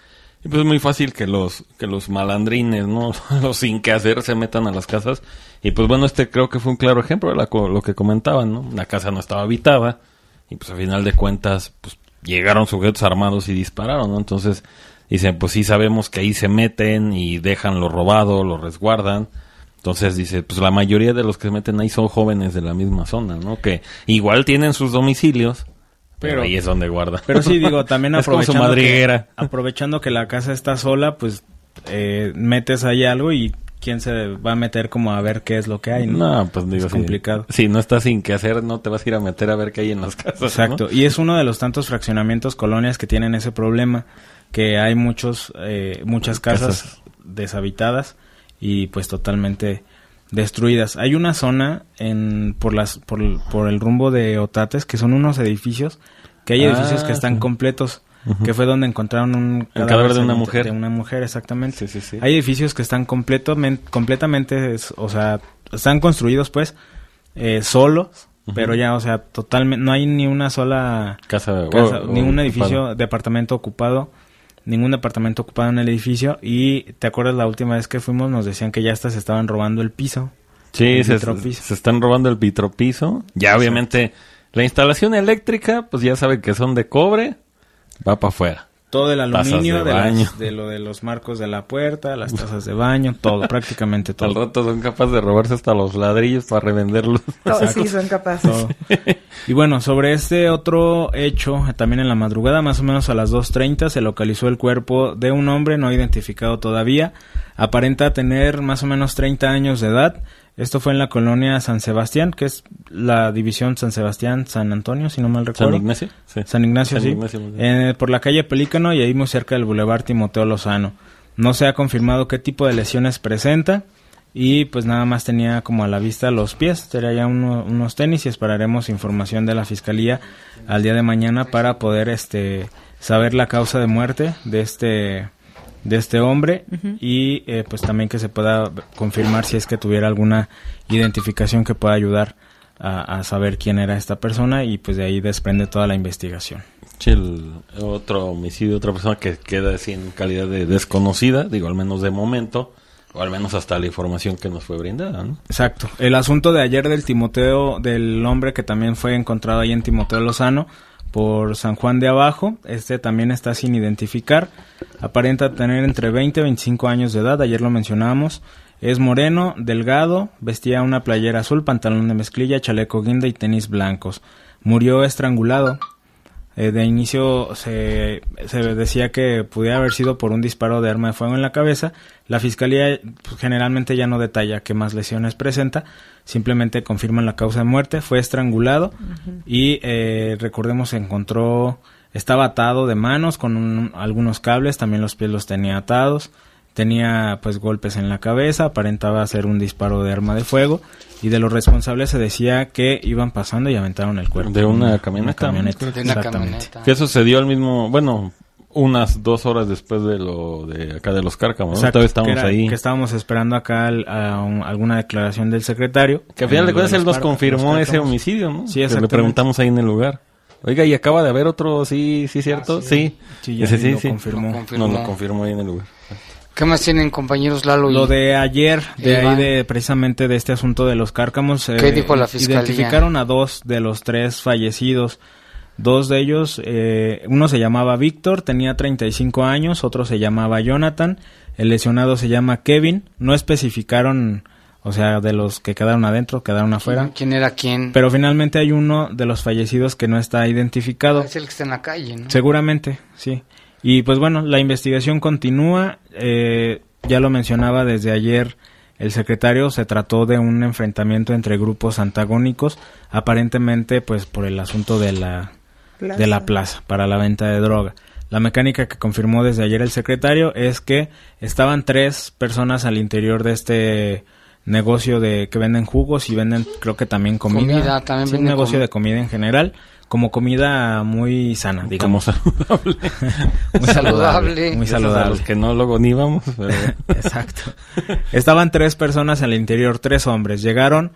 Y pues es muy fácil que los que los malandrines, ¿no? Los sin que hacer se metan a las casas. Y pues bueno, este creo que fue un claro ejemplo de la, lo que comentaban, ¿no? La casa no estaba habitada y pues a final de cuentas pues llegaron sujetos armados y dispararon, ¿no? Entonces dicen, pues sí sabemos que ahí se meten y dejan lo robado, lo resguardan. Entonces dice, pues la mayoría de los que se meten ahí son jóvenes de la misma zona, ¿no? Que igual tienen sus domicilios. Pero, pero ahí es donde guarda. Pero sí, digo, también es aprovechando, como su madriguera. Que, aprovechando que la casa está sola, pues eh, metes ahí algo y quién se va a meter como a ver qué es lo que hay, ¿no? No, pues digo, es complicado. Si, si no estás sin qué hacer, no te vas a ir a meter a ver qué hay en las casas. Exacto, ¿no? Y es uno de los tantos fraccionamientos, colonias que tienen ese problema, que hay muchos, eh, muchas casas, casas deshabitadas y pues totalmente destruidas. Hay una zona en por las por, por el rumbo de Otates que son unos edificios que hay ah, edificios que están sí. completos, uh-huh. que fue donde encontraron un cadáver, cadáver de una mujer. De una mujer, exactamente. Sí, sí, sí. Hay edificios que están completamente completamente, o sea, están construidos pues eh, solos, uh-huh. pero ya, o sea, totalmente no hay ni una sola casa, casa o, ni un o edificio, ocupado. departamento ocupado. Ningún departamento ocupado en el edificio. Y ¿te acuerdas la última vez que fuimos? Nos decían que ya hasta se estaban robando el piso. Sí, el se, se están robando el vitropiso. Ya Exacto. Obviamente la instalación eléctrica, pues ya saben que son de cobre, va para afuera. Todo el aluminio de, de, las, de lo de los marcos de la puerta, las tazas de baño, todo, prácticamente todo. Al rato son capaces de robarse hasta los ladrillos para revenderlos. Todo, sí, son capaces. Todo. Y bueno, sobre este otro hecho, también en la madrugada, más o menos a las dos treinta, se localizó el cuerpo de un hombre no identificado todavía. Aparenta tener más o menos treinta años de edad. Esto fue en la colonia San Sebastián, que es la división San Sebastián, San Antonio, si no mal recuerdo. San Ignacio, sí. San Ignacio, San sí. Ignacio, eh, por la calle Pelícano y ahí muy cerca del Boulevard Timoteo Lozano. No se ha confirmado qué tipo de lesiones presenta y pues nada más tenía como a la vista los pies. Tenía ya uno, unos tenis y esperaremos información de la Fiscalía al día de mañana para poder este saber la causa de muerte de este... de este hombre uh-huh. y eh, pues también que se pueda confirmar si es que tuviera alguna identificación que pueda ayudar a, a saber quién era esta persona y pues de ahí desprende toda la investigación. Sí, el otro homicidio, otra persona que queda así en calidad de desconocida, digo al menos de momento, o al menos hasta la información que nos fue brindada, ¿no? Exacto. El asunto de ayer del Timoteo, del hombre que también fue encontrado ahí en Timoteo Lozano, por San Juan de Abajo, este también está sin identificar, aparenta tener entre veinte y veinticinco años de edad, ayer lo mencionábamos, es moreno, delgado, vestía una playera azul, pantalón de mezclilla, chaleco guinda y tenis blancos, murió estrangulado, eh, de inicio se, se decía que pudiera haber sido por un disparo de arma de fuego en la cabeza, la Fiscalía pues, generalmente ya no detalla qué más lesiones presenta, simplemente confirman la causa de muerte, fue estrangulado uh-huh. y eh, recordemos se encontró, estaba atado de manos con un, algunos cables, también los pies los tenía atados, tenía pues golpes en la cabeza, aparentaba ser un disparo de arma de fuego y de los responsables se decía que iban pasando y aventaron el cuerpo. De una camioneta. Una camioneta, de una camioneta. Que eso se dio al mismo, bueno... unas dos horas después de lo de acá de los Cárcamos, ¿no? Todavía estábamos que era, ahí. Que estábamos esperando acá al, a un, alguna declaración del secretario. Que al final de cuentas él nos confirmó ese homicidio, ¿no? Sí, exactamente. Le preguntamos ahí en el lugar. Oiga, ¿y acaba de haber otro? Sí, sí, ¿cierto? Ah, sí. Sí, sí, ya sí, sí, lo sí. confirmó. Lo confirmó. Nos lo confirmó ahí en el lugar. ¿Qué más tienen, compañeros Lalo? Y lo de ayer, de ahí de precisamente de este asunto de los Cárcamos. ¿Qué eh, dijo la Fiscalía? Identificaron a dos de los tres fallecidos. Dos de ellos, eh, uno se llamaba Víctor, tenía treinta y cinco años, otro se llamaba Jonathan, el lesionado se llama Kevin, no especificaron, o sea, de los que quedaron adentro, quedaron afuera. ¿Quién era quién? Pero finalmente hay uno de los fallecidos que no está identificado. Es el que está en la calle, ¿no? Seguramente, sí. Y pues bueno, la investigación continúa, eh, ya lo mencionaba desde ayer el secretario, se trató de un enfrentamiento entre grupos antagónicos, aparentemente pues por el asunto de la... Plaza. de la plaza para la venta de droga. La mecánica que confirmó desde ayer el secretario es que estaban tres personas al interior de este negocio de que venden jugos y venden creo que también comida. comida también sí, un negocio com- de comida en general, como comida muy sana, digamos. Como saludable. muy saludable. Muy saludable. A los que no luego ni vamos. Pero... Exacto. Estaban tres personas al interior, tres hombres. Llegaron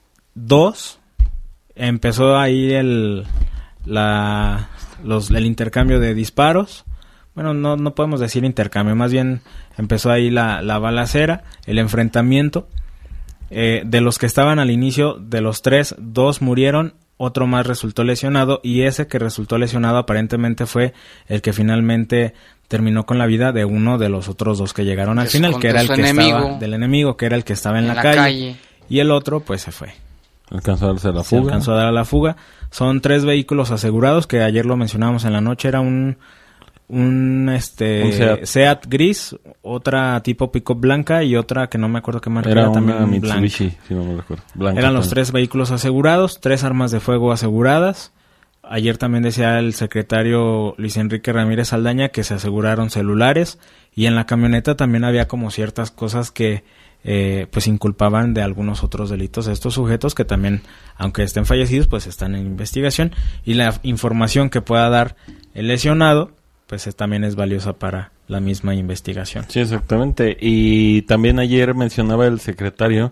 dos, empezó ahí el... La, los, el intercambio de disparos, bueno, no, no podemos decir intercambio, más bien empezó ahí la, la balacera, el enfrentamiento. Eh, de los que estaban al inicio, de los tres, dos murieron, otro más resultó lesionado, y ese que resultó lesionado aparentemente fue el que finalmente terminó con la vida de uno de los otros dos que llegaron al final, que era el que enemigo, estaba, del enemigo, que era el que estaba en, en la, la calle, calle, y el otro pues se fue. Alcanzó a darse la Se fuga. alcanzó a dar a la fuga. Son tres vehículos asegurados, que ayer lo mencionábamos en la noche, era un... un este Un Seat. Seat gris, otra tipo pick-up blanca y otra que no me acuerdo qué marca era, era una también Mitsubishi, blanca. si no me recuerdo. Blanca Eran los también. tres vehículos asegurados, tres armas de fuego aseguradas. Ayer también decía el secretario Luis Enrique Ramírez Saldaña que se aseguraron celulares, y en la camioneta también había como ciertas cosas que eh, pues inculpaban de algunos otros delitos a estos sujetos, que también, aunque estén fallecidos, pues están en investigación, y la información que pueda dar el lesionado pues es, también es valiosa para la misma investigación. Sí, exactamente. Y también ayer mencionaba el secretario,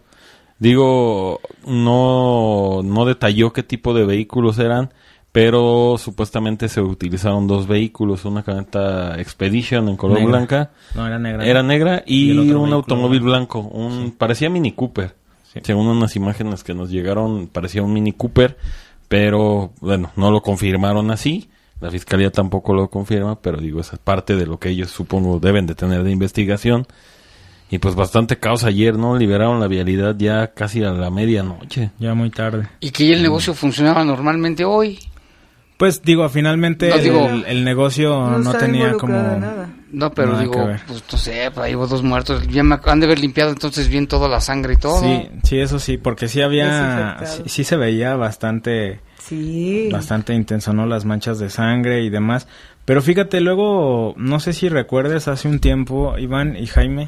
digo, no, no detalló qué tipo de vehículos eran, pero supuestamente se utilizaron dos vehículos, una camioneta Expedition en color Negra. blanca. No, era negra. Era negra y, Y el otro un vehículo automóvil blanco. blanco, un Sí. parecía Mini Cooper. Sí. Según unas imágenes que nos llegaron, parecía un Mini Cooper, pero bueno, no lo confirmaron así. La fiscalía tampoco lo confirma, pero digo, esa es parte de lo que ellos supongo deben de tener de investigación. Y pues bastante caos ayer, ¿no? Liberaron la vialidad ya casi a la medianoche. Ya muy tarde. Y que ya el negocio funcionaba normalmente hoy. Pues digo, finalmente No, el, digo, el, el negocio no no, está tenía involucrado como... en nada. No, pero Nada que digo, ver. pues no sé, pues, ahí hubo dos muertos. Ya me han de haber limpiado entonces bien toda la sangre y todo. Sí, sí, eso sí, porque sí había... Desinfectado. Sí, sí se veía bastante... Sí. Bastante intenso, ¿no? Las manchas de sangre y demás. Pero fíjate, luego, no sé si recuerdes, hace un tiempo, Iván y Jaime,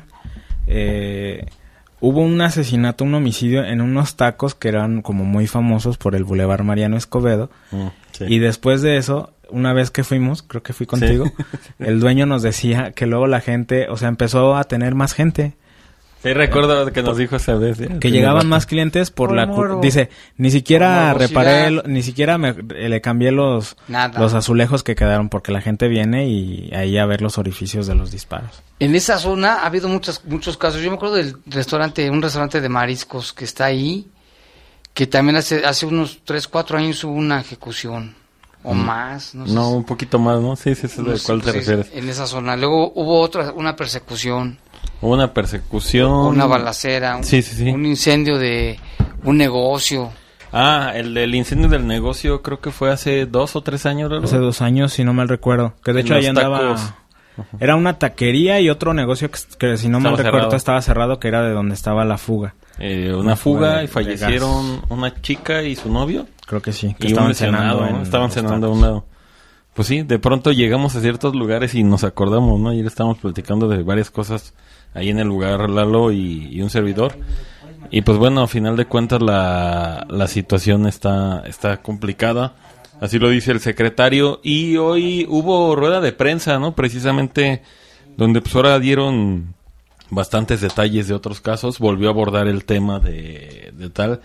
eh, hubo un asesinato, un homicidio en unos tacos que eran como muy famosos por el Boulevard Mariano Escobedo. Mm, sí. Y después de eso, una vez que fuimos, creo que fui contigo, Sí. el dueño nos decía que luego la gente, o sea, empezó a tener más gente. Sí, recuerdo que nos dijo esa vez. ¿eh? Que Sí, llegaban me más clientes por, Por la... cu- morbo. Dice, ni siquiera Por morbosidad. reparé, el- ni siquiera me, eh, le cambié los, Nada. los azulejos que quedaron, porque la gente viene y ahí a ver los orificios de los disparos. En esa zona ha habido muchos muchos casos. Yo me acuerdo del restaurante, un restaurante de mariscos que está ahí, que también hace hace unos tres, cuatro años hubo una ejecución. O Mm. más, no sé. No, si- un poquito más, ¿no? Sí, sí, sí, no ¿de sé, cuál te pues, refieres? En esa zona. Luego hubo otra, una persecución, Hubo una persecución. una balacera, un, Sí, sí, sí. un incendio de un negocio. Ah, el del incendio del negocio creo que fue hace dos o tres años, ¿no? Hace dos años, si no mal recuerdo. Que de En hecho ahí los andaba... tacos. Era una taquería y otro negocio que, que si no mal Estaba recuerdo cerrado. estaba cerrado, que era de donde estaba la fuga. Eh, una Una fuga fuga de- y fallecieron una chica y su novio. Creo que sí. Que Y estaban un lesionado, cenando. ¿no? en Estaban los cenando a tacos. un lado. Pues sí, de pronto llegamos a ciertos lugares y nos acordamos, ¿no? Ayer estábamos platicando de varias cosas ahí en el lugar, Lalo y, y un servidor. Y pues bueno, a final de cuentas la, la situación está, está complicada. Así lo dice el secretario. Y hoy hubo rueda de prensa, ¿no? Precisamente donde pues ahora dieron bastantes detalles de otros casos. Volvió a abordar el tema de, de tal.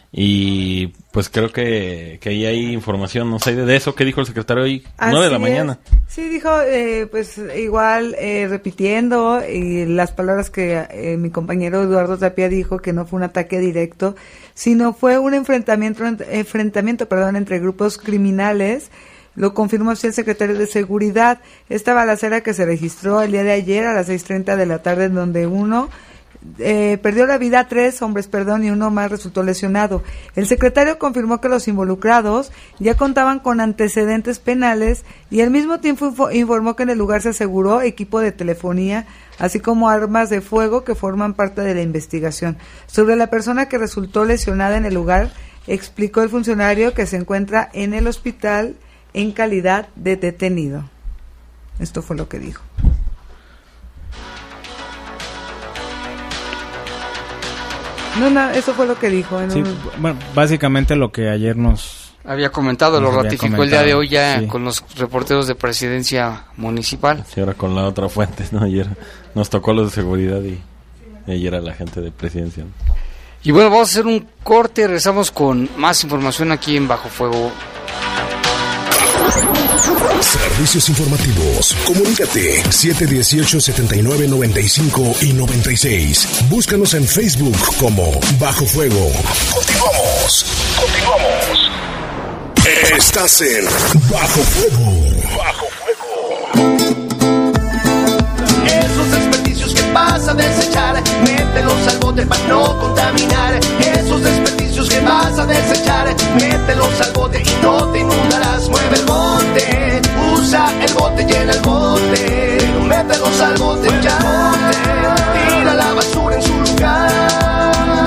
Y pues creo que, que ahí hay información, no sé, de eso que dijo el secretario hoy, nueve de la Así mañana. es. Sí, dijo, eh, pues igual eh, repitiendo y las palabras que eh, mi compañero Eduardo Tapia dijo, que no fue un ataque directo, sino fue un enfrentamiento, enfrentamiento perdón, entre grupos criminales. Lo confirmó así el secretario de Seguridad. Esta balacera que se registró el día de ayer a las seis treinta de la tarde, en donde uno Eh, perdió la vida, tres hombres, perdón, y uno más resultó lesionado. El secretario confirmó que los involucrados ya contaban con antecedentes penales y al mismo tiempo info- informó que en el lugar se aseguró equipo de telefonía, así como armas de fuego que forman parte de la investigación. Sobre la persona que resultó lesionada en el lugar, explicó el funcionario que se encuentra en el hospital en calidad de detenido. Esto fue lo que dijo. No, no, eso fue lo que dijo. En Sí, un... bueno, básicamente lo que ayer nos... Había comentado, Nos lo había ratificó el día de comentado, hoy ya sí. con los reporteros de Presidencia Municipal. Sí, ahora con la otra fuente, ¿no? Ayer nos tocó los de seguridad y, y ayer a la gente de presidencia, ¿no? Y bueno, vamos a hacer un corte, regresamos con más información aquí en Bajo Fuego. Se Servicios informativos. Comunícate siete dieciocho, setenta y nueve, noventa y cinco y noventa y seis. Búscanos en Facebook como Bajo Fuego. Continuamos. Continuamos. Estás en Bajo Fuego. Bajo Esos desperdicios que vas a desechar, mételos al bote para no contaminar. Esos desperdicios que vas a desechar, mételos al bote y no te inundarás. Mueve el bote, usa el bote, llena el bote. Mételos al bote ya, tira la basura en su lugar.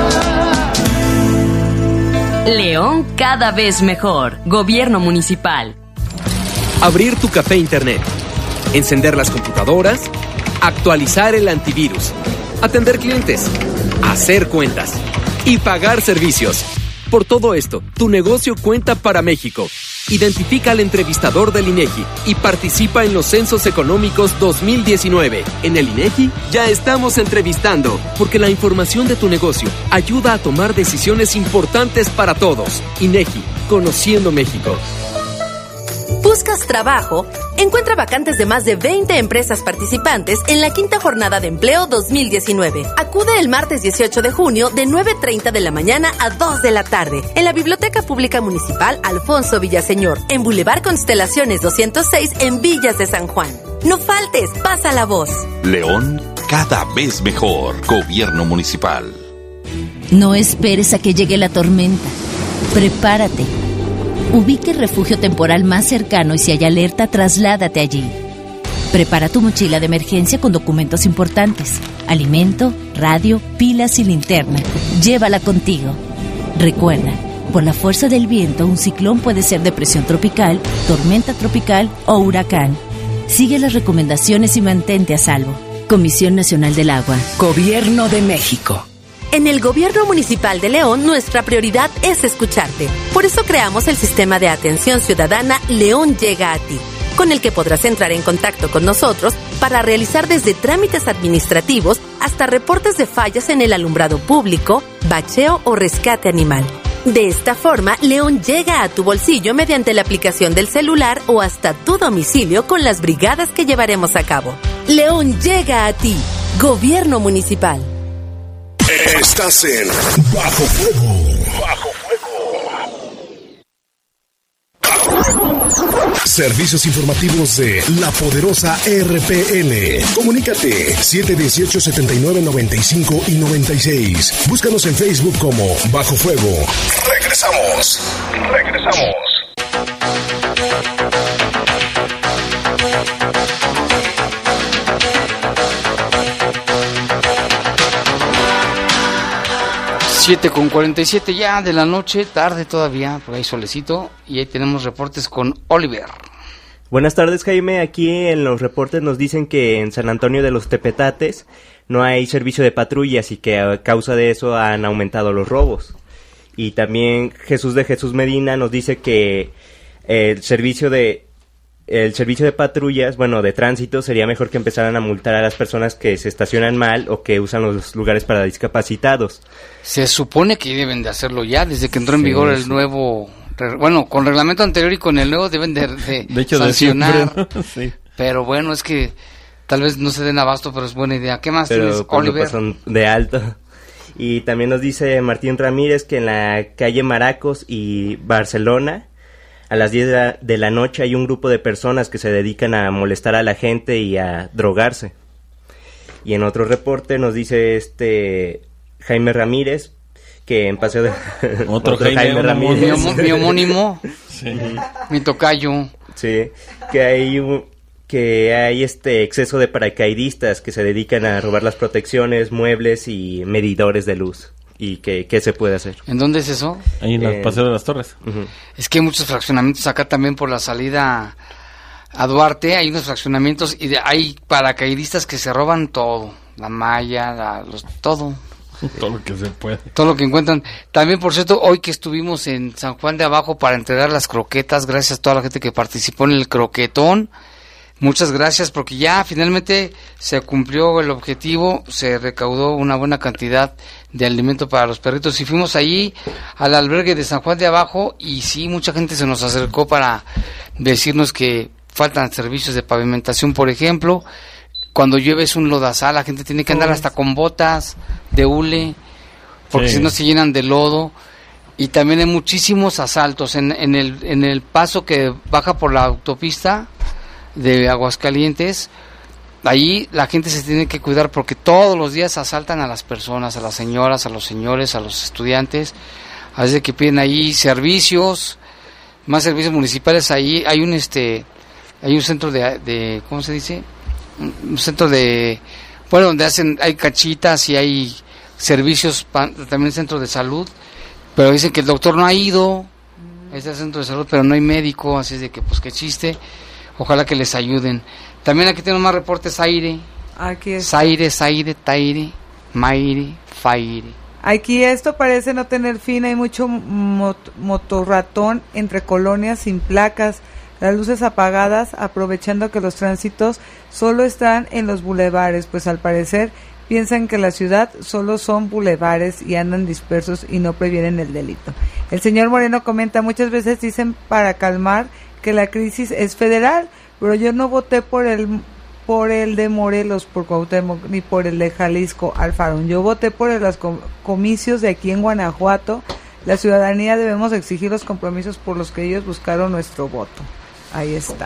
León cada vez mejor. Gobierno municipal. Abrir tu café internet, encender las computadoras, actualizar el antivirus, atender clientes, hacer cuentas y pagar servicios. Por todo esto, tu negocio cuenta para México. Identifica al entrevistador del INEGI y participa en los Censos Económicos dos mil diecinueve. En el INEGI ya estamos entrevistando, porque la información de tu negocio ayuda a tomar decisiones importantes para todos. INEGI, conociendo México. ¿Buscas trabajo? Encuentra vacantes de más de veinte empresas participantes en la quinta jornada de empleo dos mil diecinueve. Acude el martes dieciocho de junio de nueve treinta de la mañana a dos de la tarde en la Biblioteca Pública Municipal Alfonso Villaseñor, en Boulevard Constelaciones doscientos seis en Villas de San Juan. No faltes, pasa la voz. León cada vez mejor. Gobierno municipal. No esperes a que llegue la tormenta. Prepárate. Ubique el refugio temporal más cercano y si hay alerta, trasládate allí. Prepara tu mochila de emergencia con documentos importantes, alimento, radio, pilas y linterna. Llévala contigo. Recuerda, por la fuerza del viento, un ciclón puede ser depresión tropical, tormenta tropical o huracán. Sigue las recomendaciones y mantente a salvo. Comisión Nacional del Agua. Gobierno de México. En el Gobierno Municipal de León, nuestra prioridad es escucharte. Por eso creamos el Sistema de Atención Ciudadana León Llega a Ti, con el que podrás entrar en contacto con nosotros para realizar desde trámites administrativos hasta reportes de fallas en el alumbrado público, bacheo o rescate animal. De esta forma, León llega a tu bolsillo mediante la aplicación del celular o hasta tu domicilio con las brigadas que llevaremos a cabo. León llega a ti. Gobierno Municipal. Estás en Bajo Fuego. Bajo Fuego. Servicios informativos de la poderosa R P N. Comunícate siete dieciocho, setenta y nueve, noventa y cinco y noventa y seis. Búscanos en Facebook como Bajo Fuego. Regresamos. Regresamos. siete con cuarenta y siete ya de la noche, tarde todavía, por ahí solecito, y ahí tenemos reportes con Oliver. Buenas tardes, Jaime. Aquí en los reportes nos dicen que en San Antonio de los Tepetates no hay servicio de patrullas y que a causa de eso han aumentado los robos. Y también Jesús de Jesús Medina nos dice que el servicio de el servicio de patrullas, bueno, de tránsito, sería mejor que empezaran a multar a las personas que se estacionan mal o que usan los lugares para discapacitados. Se supone que deben de hacerlo ya, desde que entró en vigor sí, el sí. nuevo, bueno, con reglamento anterior y con el nuevo deben de, de, de hecho, sancionar. De siempre, ¿no? Sí. Pero bueno, es que tal vez no se den abasto, pero es buena idea. ¿Qué más pero tienes, Oliver? Pasan de alto. Y también nos dice Martín Ramírez que en la calle Maracos y Barcelona, a las diez de la noche hay un grupo de personas que se dedican a molestar a la gente y a drogarse. Y en otro reporte nos dice este Jaime Ramírez que en Paseo de... Otro, otro Jaime, Jaime Ramírez. Mi, mi homónimo, sí. Mi tocayo. Sí, que hay un, que hay este exceso de paracaidistas que se dedican a robar las protecciones, muebles y medidores de luz. ¿Y qué, qué se puede hacer? ¿En dónde es eso? Ahí en el eh, Paseo de las Torres. Uh-huh. Es que hay muchos fraccionamientos acá también por la salida a Duarte, hay unos fraccionamientos y de, hay paracaidistas que se roban todo, la malla, la, los, todo. Todo lo que se puede. Todo lo que encuentran. También, por cierto, hoy que estuvimos en San Juan de Abajo para entregar las croquetas, gracias a toda la gente que participó en el croquetón. Muchas gracias, porque ya finalmente se cumplió el objetivo, se recaudó una buena cantidad de alimento para los perritos y fuimos allí al albergue de San Juan de Abajo y sí, mucha gente se nos acercó para decirnos que faltan servicios de pavimentación, por ejemplo. Cuando llueve es un lodazal, la gente tiene que andar hasta con botas de hule, porque Sí. si no se llenan de lodo. Y también hay muchísimos asaltos en, en el en el paso que baja por la autopista de Aguascalientes. Ahí la gente se tiene que cuidar porque todos los días asaltan a las personas, a las señoras, a los señores, a los estudiantes. Así que piden ahí servicios, más servicios municipales. Ahí hay un este hay un centro de, de ¿cómo se dice? Un centro de, bueno, donde hacen, hay cachitas y hay servicios, también centro de salud, pero dicen que el doctor no ha ido, es el centro de salud, pero no hay médico, así es de que pues qué chiste, ojalá que les ayuden. También aquí tenemos más reportes aire, aquí es. Zaire, Zaire, Taire, Maire, Faire. Aquí esto parece no tener fin, hay mucho mot- motorratón entre colonias sin placas, las luces apagadas, aprovechando que los tránsitos solo están en los bulevares, pues al parecer piensan que la ciudad solo son bulevares y andan dispersos y no previenen el delito. El señor Moreno comenta, muchas veces dicen para calmar que la crisis es federal, pero yo no voté por el por el de Morelos, por Cuauhtémoc, ni por el de Jalisco, Alfarón. Yo voté por los com- comicios de aquí en Guanajuato. La ciudadanía debemos exigir los compromisos por los que ellos buscaron nuestro voto. Ahí está.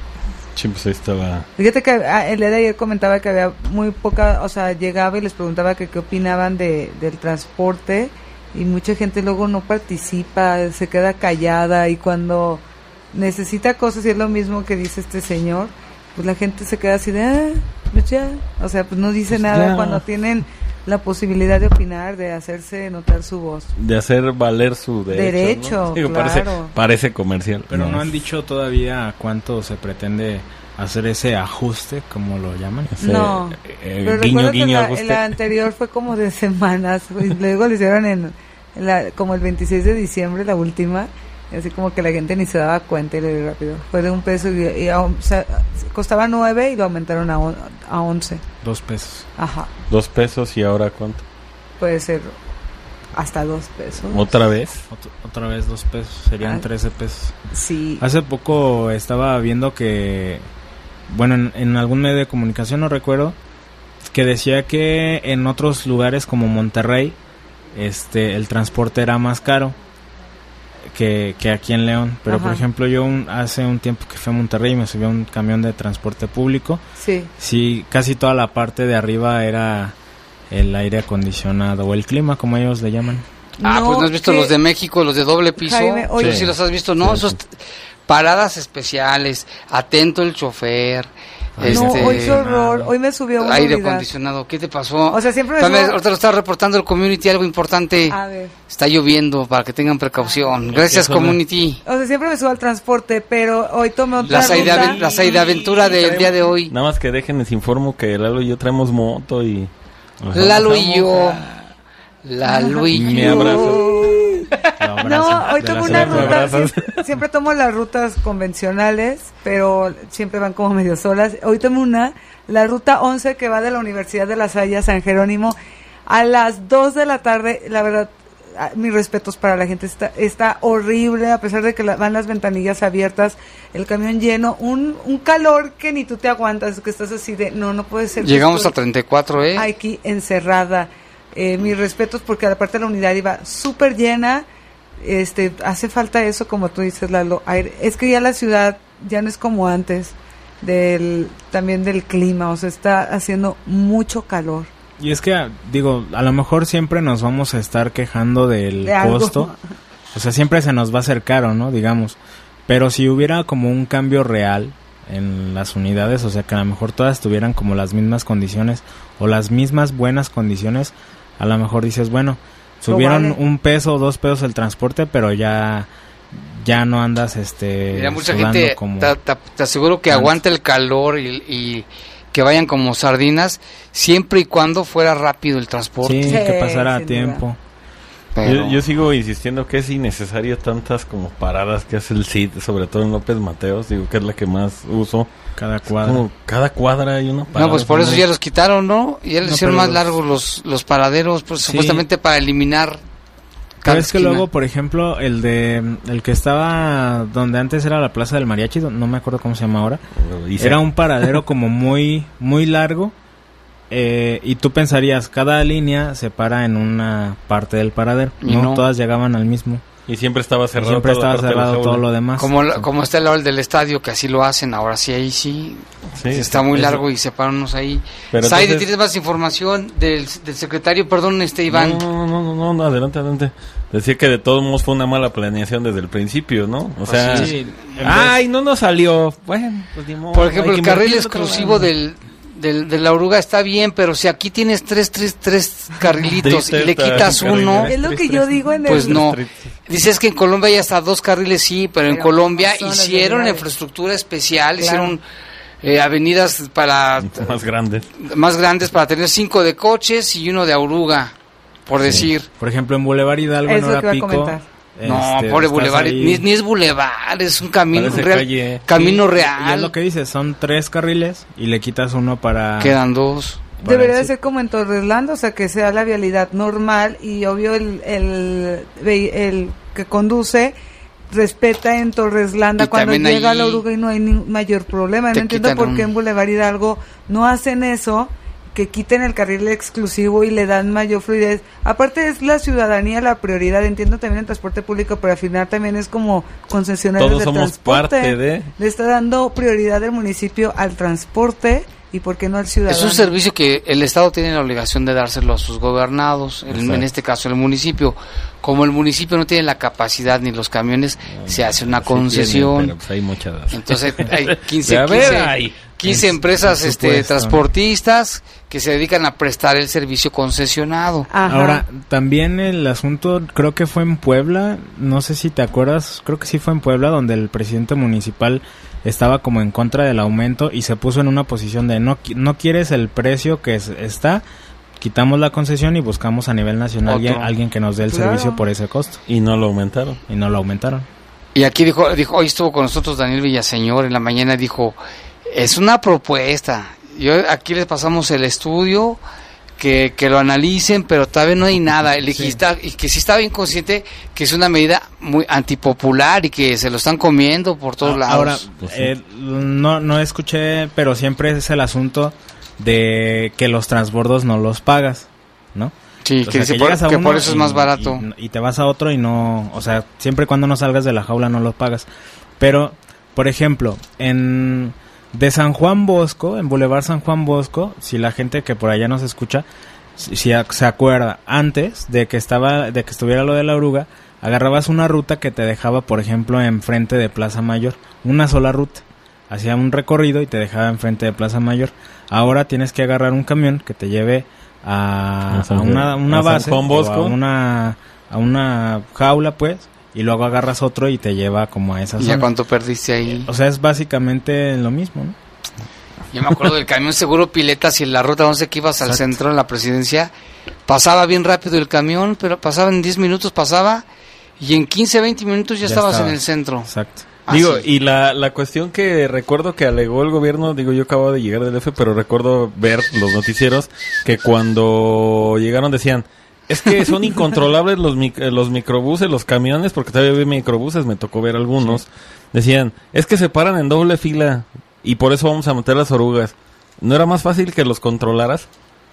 Sí, pues ahí estaba. Fíjate que ah, el día de ayer comentaba que había muy poca, o sea, llegaba y les preguntaba que qué opinaban de del transporte y mucha gente luego no participa, se queda callada y cuando necesita cosas y es lo mismo que dice este señor, pues la gente se queda así de, ah, pues ya, o sea, pues no dice Pues nada ya. cuando tienen la posibilidad de opinar, de hacerse notar su voz. De hacer valer su derecho. Derecho, ¿no? Digo, claro. parece, parece comercial. Pero no han dicho todavía cuánto se pretende hacer ese ajuste, como lo llaman. Ese, No, eh, pero guiño, recuerdo que guiño, la, ajuste. la anterior fue como de semanas, y luego lo hicieron en, en la, como el veintiséis de diciembre, la última, y así como que la gente ni se daba cuenta y le dio rápido. Fue de un peso y, y a- o sea, costaba nueve y lo aumentaron a, on- a once. Dos pesos. Ajá, Dos pesos y ahora cuánto. puede ser hasta dos pesos. ¿Otra vez? Ot- otra vez dos pesos, serían Ah, trece pesos. Sí. Hace poco estaba viendo que, bueno, en, en algún medio de comunicación, no recuerdo, que decía que en otros lugares como Monterrey, este, el transporte era más caro que, que aquí en León. Pero Ajá. por ejemplo, yo un- hace un tiempo que fui a Monterrey y me subí a un camión de transporte público. Sí. Sí, casi toda la parte de arriba era el aire acondicionado o el clima, como ellos le llaman. Ah, No, pues no has visto que- los de México, los de doble piso. Jaime, oye- Sí, sí los has visto, ¿no? Sí, Esos sí. t- paradas especiales, atento el chofer. No, este, hoy qué horror, hoy me subió una aire unidad. acondicionado, ¿qué te pasó? O sea, siempre me También, subo- ahorita lo está reportando el community, algo importante. A ver. Está lloviendo, para que tengan precaución. Gracias, ¿Qué zona? community. O sea, siempre me subo al transporte, pero hoy tomé otra La Saide ruta. aven- la Saide aventura del día de hoy. Nada más que dejen, les informo que Lalo y yo traemos moto y... nos Lalo y abrazamos. yo. Lalo y Me yo. abrazo. Lo abrazo, No, hoy de tomo la una selva. ruta, abrazas. siempre, siempre tomo las rutas convencionales, pero siempre van como medio solas. Hoy tomo una, la ruta once que va de la Universidad de La Salle a San Jerónimo a las dos de la tarde. La verdad, ah, mis respetos para la gente, está, está horrible, a pesar de que la- van las ventanillas abiertas, el camión lleno, un, un calor que ni tú te aguantas, que estás así de, no, no puede ser. que Llegamos estoy a treinta y cuatro, ¿eh? aquí encerrada. Eh, mis respetos porque aparte la unidad iba súper llena. Este, hace falta eso, como tú dices, Lalo. aire. Es que ya la ciudad ya no es como antes, del también del clima, o sea, está haciendo mucho calor. Y es que, digo, a lo mejor siempre nos vamos a estar quejando del De algo. costo. O sea, siempre se nos va a hacer caro, ¿no? Digamos. Pero si hubiera como un cambio real en las unidades, o sea, que a lo mejor todas tuvieran como las mismas condiciones o las mismas buenas condiciones, a lo mejor dices, bueno, subieron vale. un peso o dos pesos el transporte, pero ya ya no andas este Mira, mucha sudando gente, como te, te- te aseguro que antes. aguanta el calor y, y que vayan como sardinas, siempre y cuando fuera rápido el transporte. sí, Sí, que pasara a sin tiempo. Pero- Yo, yo sigo insistiendo que es innecesario tantas como paradas que hace el C I D, sobre todo en López Mateos, digo que es la que más uso. Cada cuadra. Como cada cuadra hay una parada. No, pues por eso ¿no? ya los quitaron, ¿no? Ya les No, hicieron pero más los- largos los, los paraderos, pues Sí. supuestamente para eliminar Pero es que luego, por ejemplo, el de el que estaba donde antes era la Plaza del Mariachi, no me acuerdo cómo se llama ahora, era un paradero como muy muy largo, eh, y tú pensarías, cada línea se para en una parte del paradero, no, no. Todas llegaban al mismo. Y siempre estaba cerrado. Siempre estaba cerrado todo lo demás. Como, como está el lado del estadio, que así lo hacen, ahora sí, ahí sí. sí está muy eso. largo y se paran unos ahí. Pero Saide, entonces... ¿tienes más información del, del secretario? Perdón, este Iván. No, no, no, no, no, adelante, adelante. Decir que de todos modos fue una mala planeación desde el principio, ¿no? O sea, sí, sí. Ay, no nos salió. Bueno, pues ni modo. Por ejemplo, el carril exclusivo del... Del, de la oruga está bien, pero si aquí tienes tres, tres, tres carrilitos y le quitas uno, es lo que yo digo en el... Pues no. Dices que en Colombia hay hasta dos carriles, sí, pero, pero en Colombia hicieron infraestructura especial, claro. hicieron eh, avenidas para... Más grandes. Más grandes para tener cinco de coches y uno de oruga, por sí. decir. Por ejemplo, en Boulevard Hidalgo, en hora pico... No, este, pobre Boulevard, ni, ni es Boulevard, es un camino real, calle. camino sí, real. Y es lo que dices, son tres carriles y le quitas uno para... Quedan dos. Debería de ser como en Torreslanda, o sea, que sea la vialidad normal y obvio el, el, el, el que conduce respeta en Torreslanda cuando llega a la oruga y no hay ni mayor problema. No entiendo por qué un... en Boulevard Hidalgo no hacen eso, que quiten el carril exclusivo y le dan mayor fluidez. Aparte es la ciudadanía la prioridad, entiendo también el transporte público, pero al final también es como concesionarios Todos de somos transporte. Parte de... Le está dando prioridad del municipio al transporte y por qué no al ciudadano. Es un servicio que el Estado tiene la obligación de dárselo a sus gobernados, en, en este caso el municipio. Como el municipio no tiene la capacidad ni los camiones, no, se hace una concesión. Tiene, pero pues hay muchas. Entonces hay quince, quince, quince empresas este, transportistas que se dedican a prestar el servicio concesionado. Ajá. Ahora, también el asunto, creo que fue en Puebla, no sé si te acuerdas, creo que sí fue en Puebla, donde el presidente municipal estaba como en contra del aumento y se puso en una posición de no, no quieres el precio que es, está, quitamos la concesión y buscamos a nivel nacional ya alguien que nos dé el claro. servicio por ese costo. Y no lo aumentaron. Y no lo aumentaron. Y aquí dijo, dijo hoy estuvo con nosotros Daniel Villaseñor en la mañana, dijo, es una propuesta. Yo aquí les pasamos el estudio, que, que lo analicen, pero todavía no hay nada. El sí. está, y que sí está bien consciente que es una medida muy antipopular y que se lo están comiendo por todos ah, lados. Ahora, pues sí. eh, no, no escuché, pero siempre es el asunto de que los transbordos no los pagas, ¿no? Sí, o que, sea, que, por, que por eso es más barato. Y, y te vas a otro y no, o sea, siempre y cuando no salgas de la jaula no los pagas. Pero, por ejemplo, en de San Juan Bosco, en Boulevard San Juan Bosco, si la gente que por allá nos escucha, si, si se acuerda, antes de que estaba, de que estuviera lo de la oruga, agarrabas una ruta que te dejaba, por ejemplo, enfrente de Plaza Mayor, una sola ruta. Hacía un recorrido y te dejaba enfrente de Plaza Mayor. Ahora tienes que agarrar un camión que te lleve a, a una, una a base, Juan Bosco. O a una a una jaula, pues, y luego agarras otro y te lleva como a esa zona. ¿Y a cuánto perdiste ahí? O sea, es básicamente lo mismo, ¿no? Yo me acuerdo del camión seguro Piletas y en la ruta once que ibas al Exacto. centro en la presidencia, pasaba bien rápido el camión, pero pasaba en diez minutos, pasaba, y en quince, veinte minutos ya, ya estabas estaba. en el centro. Exacto. Ah, digo, sí. y la, la cuestión que recuerdo que alegó el gobierno, digo, yo acabo de llegar del D F, pero recuerdo ver los noticieros que cuando llegaron decían, es que son incontrolables los mic- los microbuses, los camiones, porque todavía vi microbuses, me tocó ver algunos, sí. decían, es que se paran en doble fila y por eso vamos a meter las orugas. ¿No era más fácil que los controlaras?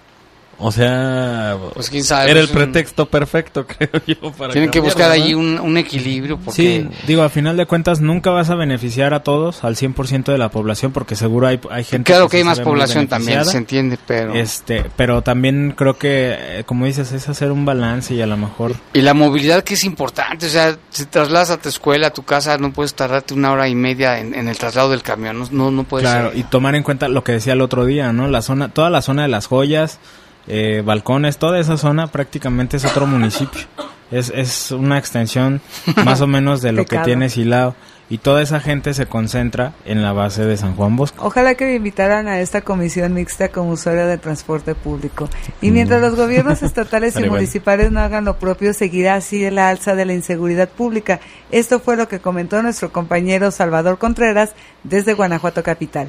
O sea, pues quién sabe, era pues el pretexto un... perfecto, creo yo, para tienen que buscar ¿no? ahí un, un equilibrio. Porque... Sí, digo, a final de cuentas nunca vas a beneficiar a todos, al cien por ciento de la población, porque seguro hay, hay gente... Claro que, que hay más población también, se entiende, pero... este Pero también creo que, como dices, es hacer un balance y a lo mejor... Y la movilidad que es importante, o sea, si trasladas a tu escuela, a tu casa, no puedes tardarte una hora y media en, en el traslado del camión, no, no, no puedes... Claro, ser. Y tomar en cuenta lo que decía el otro día, ¿no? La zona, toda la zona de las joyas... Eh, balcones, toda esa zona prácticamente es otro municipio, es, es una extensión más o menos de lo que tiene Silao y toda esa gente se concentra en la base de San Juan Bosco. Ojalá que me invitaran a esta comisión mixta como usuario de transporte público. Y mientras mm. los gobiernos estatales y municipales no hagan lo propio, seguirá así la alza de la inseguridad pública. Esto fue lo que comentó nuestro compañero Salvador Contreras desde Guanajuato capital.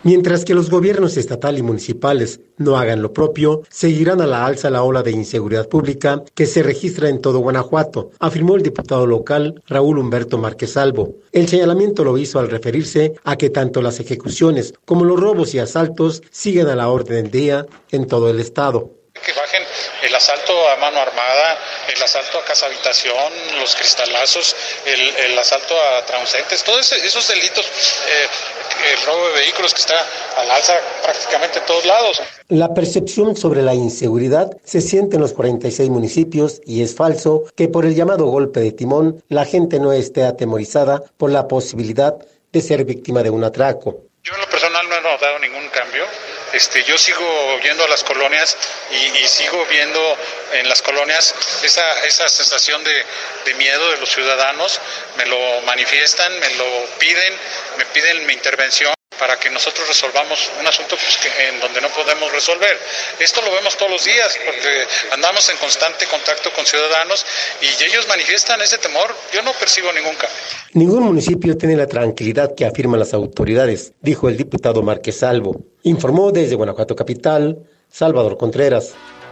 Mientras que los gobiernos estatal y municipales no hagan lo propio, seguirán a la alza la ola de inseguridad pública que se registra en todo Guanajuato, afirmó el diputado local Raúl Humberto Márquez Salvo. El señalamiento lo hizo al referirse a que tanto las ejecuciones como los robos y asaltos siguen a la orden del día en todo el estado. Que bajen el asalto a mano armada, el asalto a casa habitación, los cristalazos, el, el asalto a transeúntes, todos esos delitos, eh, el robo de vehículos que está al alza prácticamente en todos lados. La percepción sobre la inseguridad se siente en los cuarenta y seis municipios y es falso que por el llamado golpe de timón la gente no esté atemorizada por la posibilidad de ser víctima de un atraco. Yo en lo personal no he notado ningún cambio. Este, yo sigo yendo a las colonias y, y sigo viendo en las colonias esa, esa sensación de, de miedo de los ciudadanos. Me lo manifiestan, me lo piden, me piden mi intervención para que nosotros resolvamos un asunto pues, que, en donde no podemos resolver. Esto lo vemos todos los días porque andamos en constante contacto con ciudadanos y ellos manifiestan ese temor. Yo no percibo ningún cambio. Ningún municipio tiene la tranquilidad que afirman las autoridades, dijo el diputado Márquez Salvo. Informó desde Guanajuato Capital, Salvador Contreras.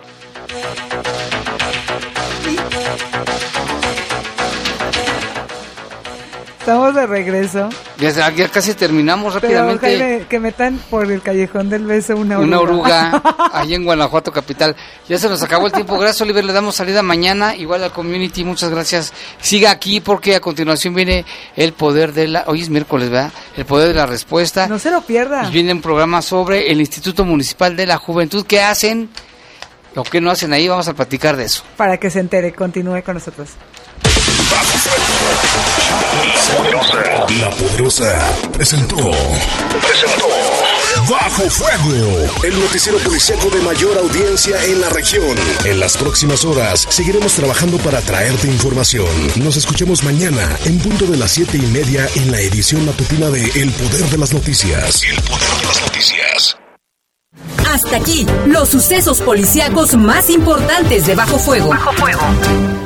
Estamos de regreso. Ya, ya casi terminamos Pero, rápidamente. Jaime, que metan por el Callejón del Beso una oruga. Una oruga, ahí en Guanajuato Capital. Ya se nos acabó el tiempo. Gracias, Oliver. Le damos salida mañana. Igual al community. Muchas gracias. Siga aquí porque a continuación viene el poder de la... Hoy es miércoles, ¿verdad? El poder de la respuesta. No se lo pierda. Y viene un programa sobre el Instituto Municipal de la Juventud. ¿Qué hacen? Lo que no hacen ahí. Vamos a platicar de eso. Para que se entere. Continúe con nosotros. La Poderosa presentó, presentó Bajo Fuego, el noticiero policíaco de mayor audiencia en la región. En las próximas horas seguiremos trabajando para traerte información. Nos escuchamos mañana en punto de las siete y media en la edición matutina de El Poder de las Noticias. El Poder de las Noticias. Hasta aquí, los sucesos policíacos más importantes de Bajo Fuego. Bajo Fuego.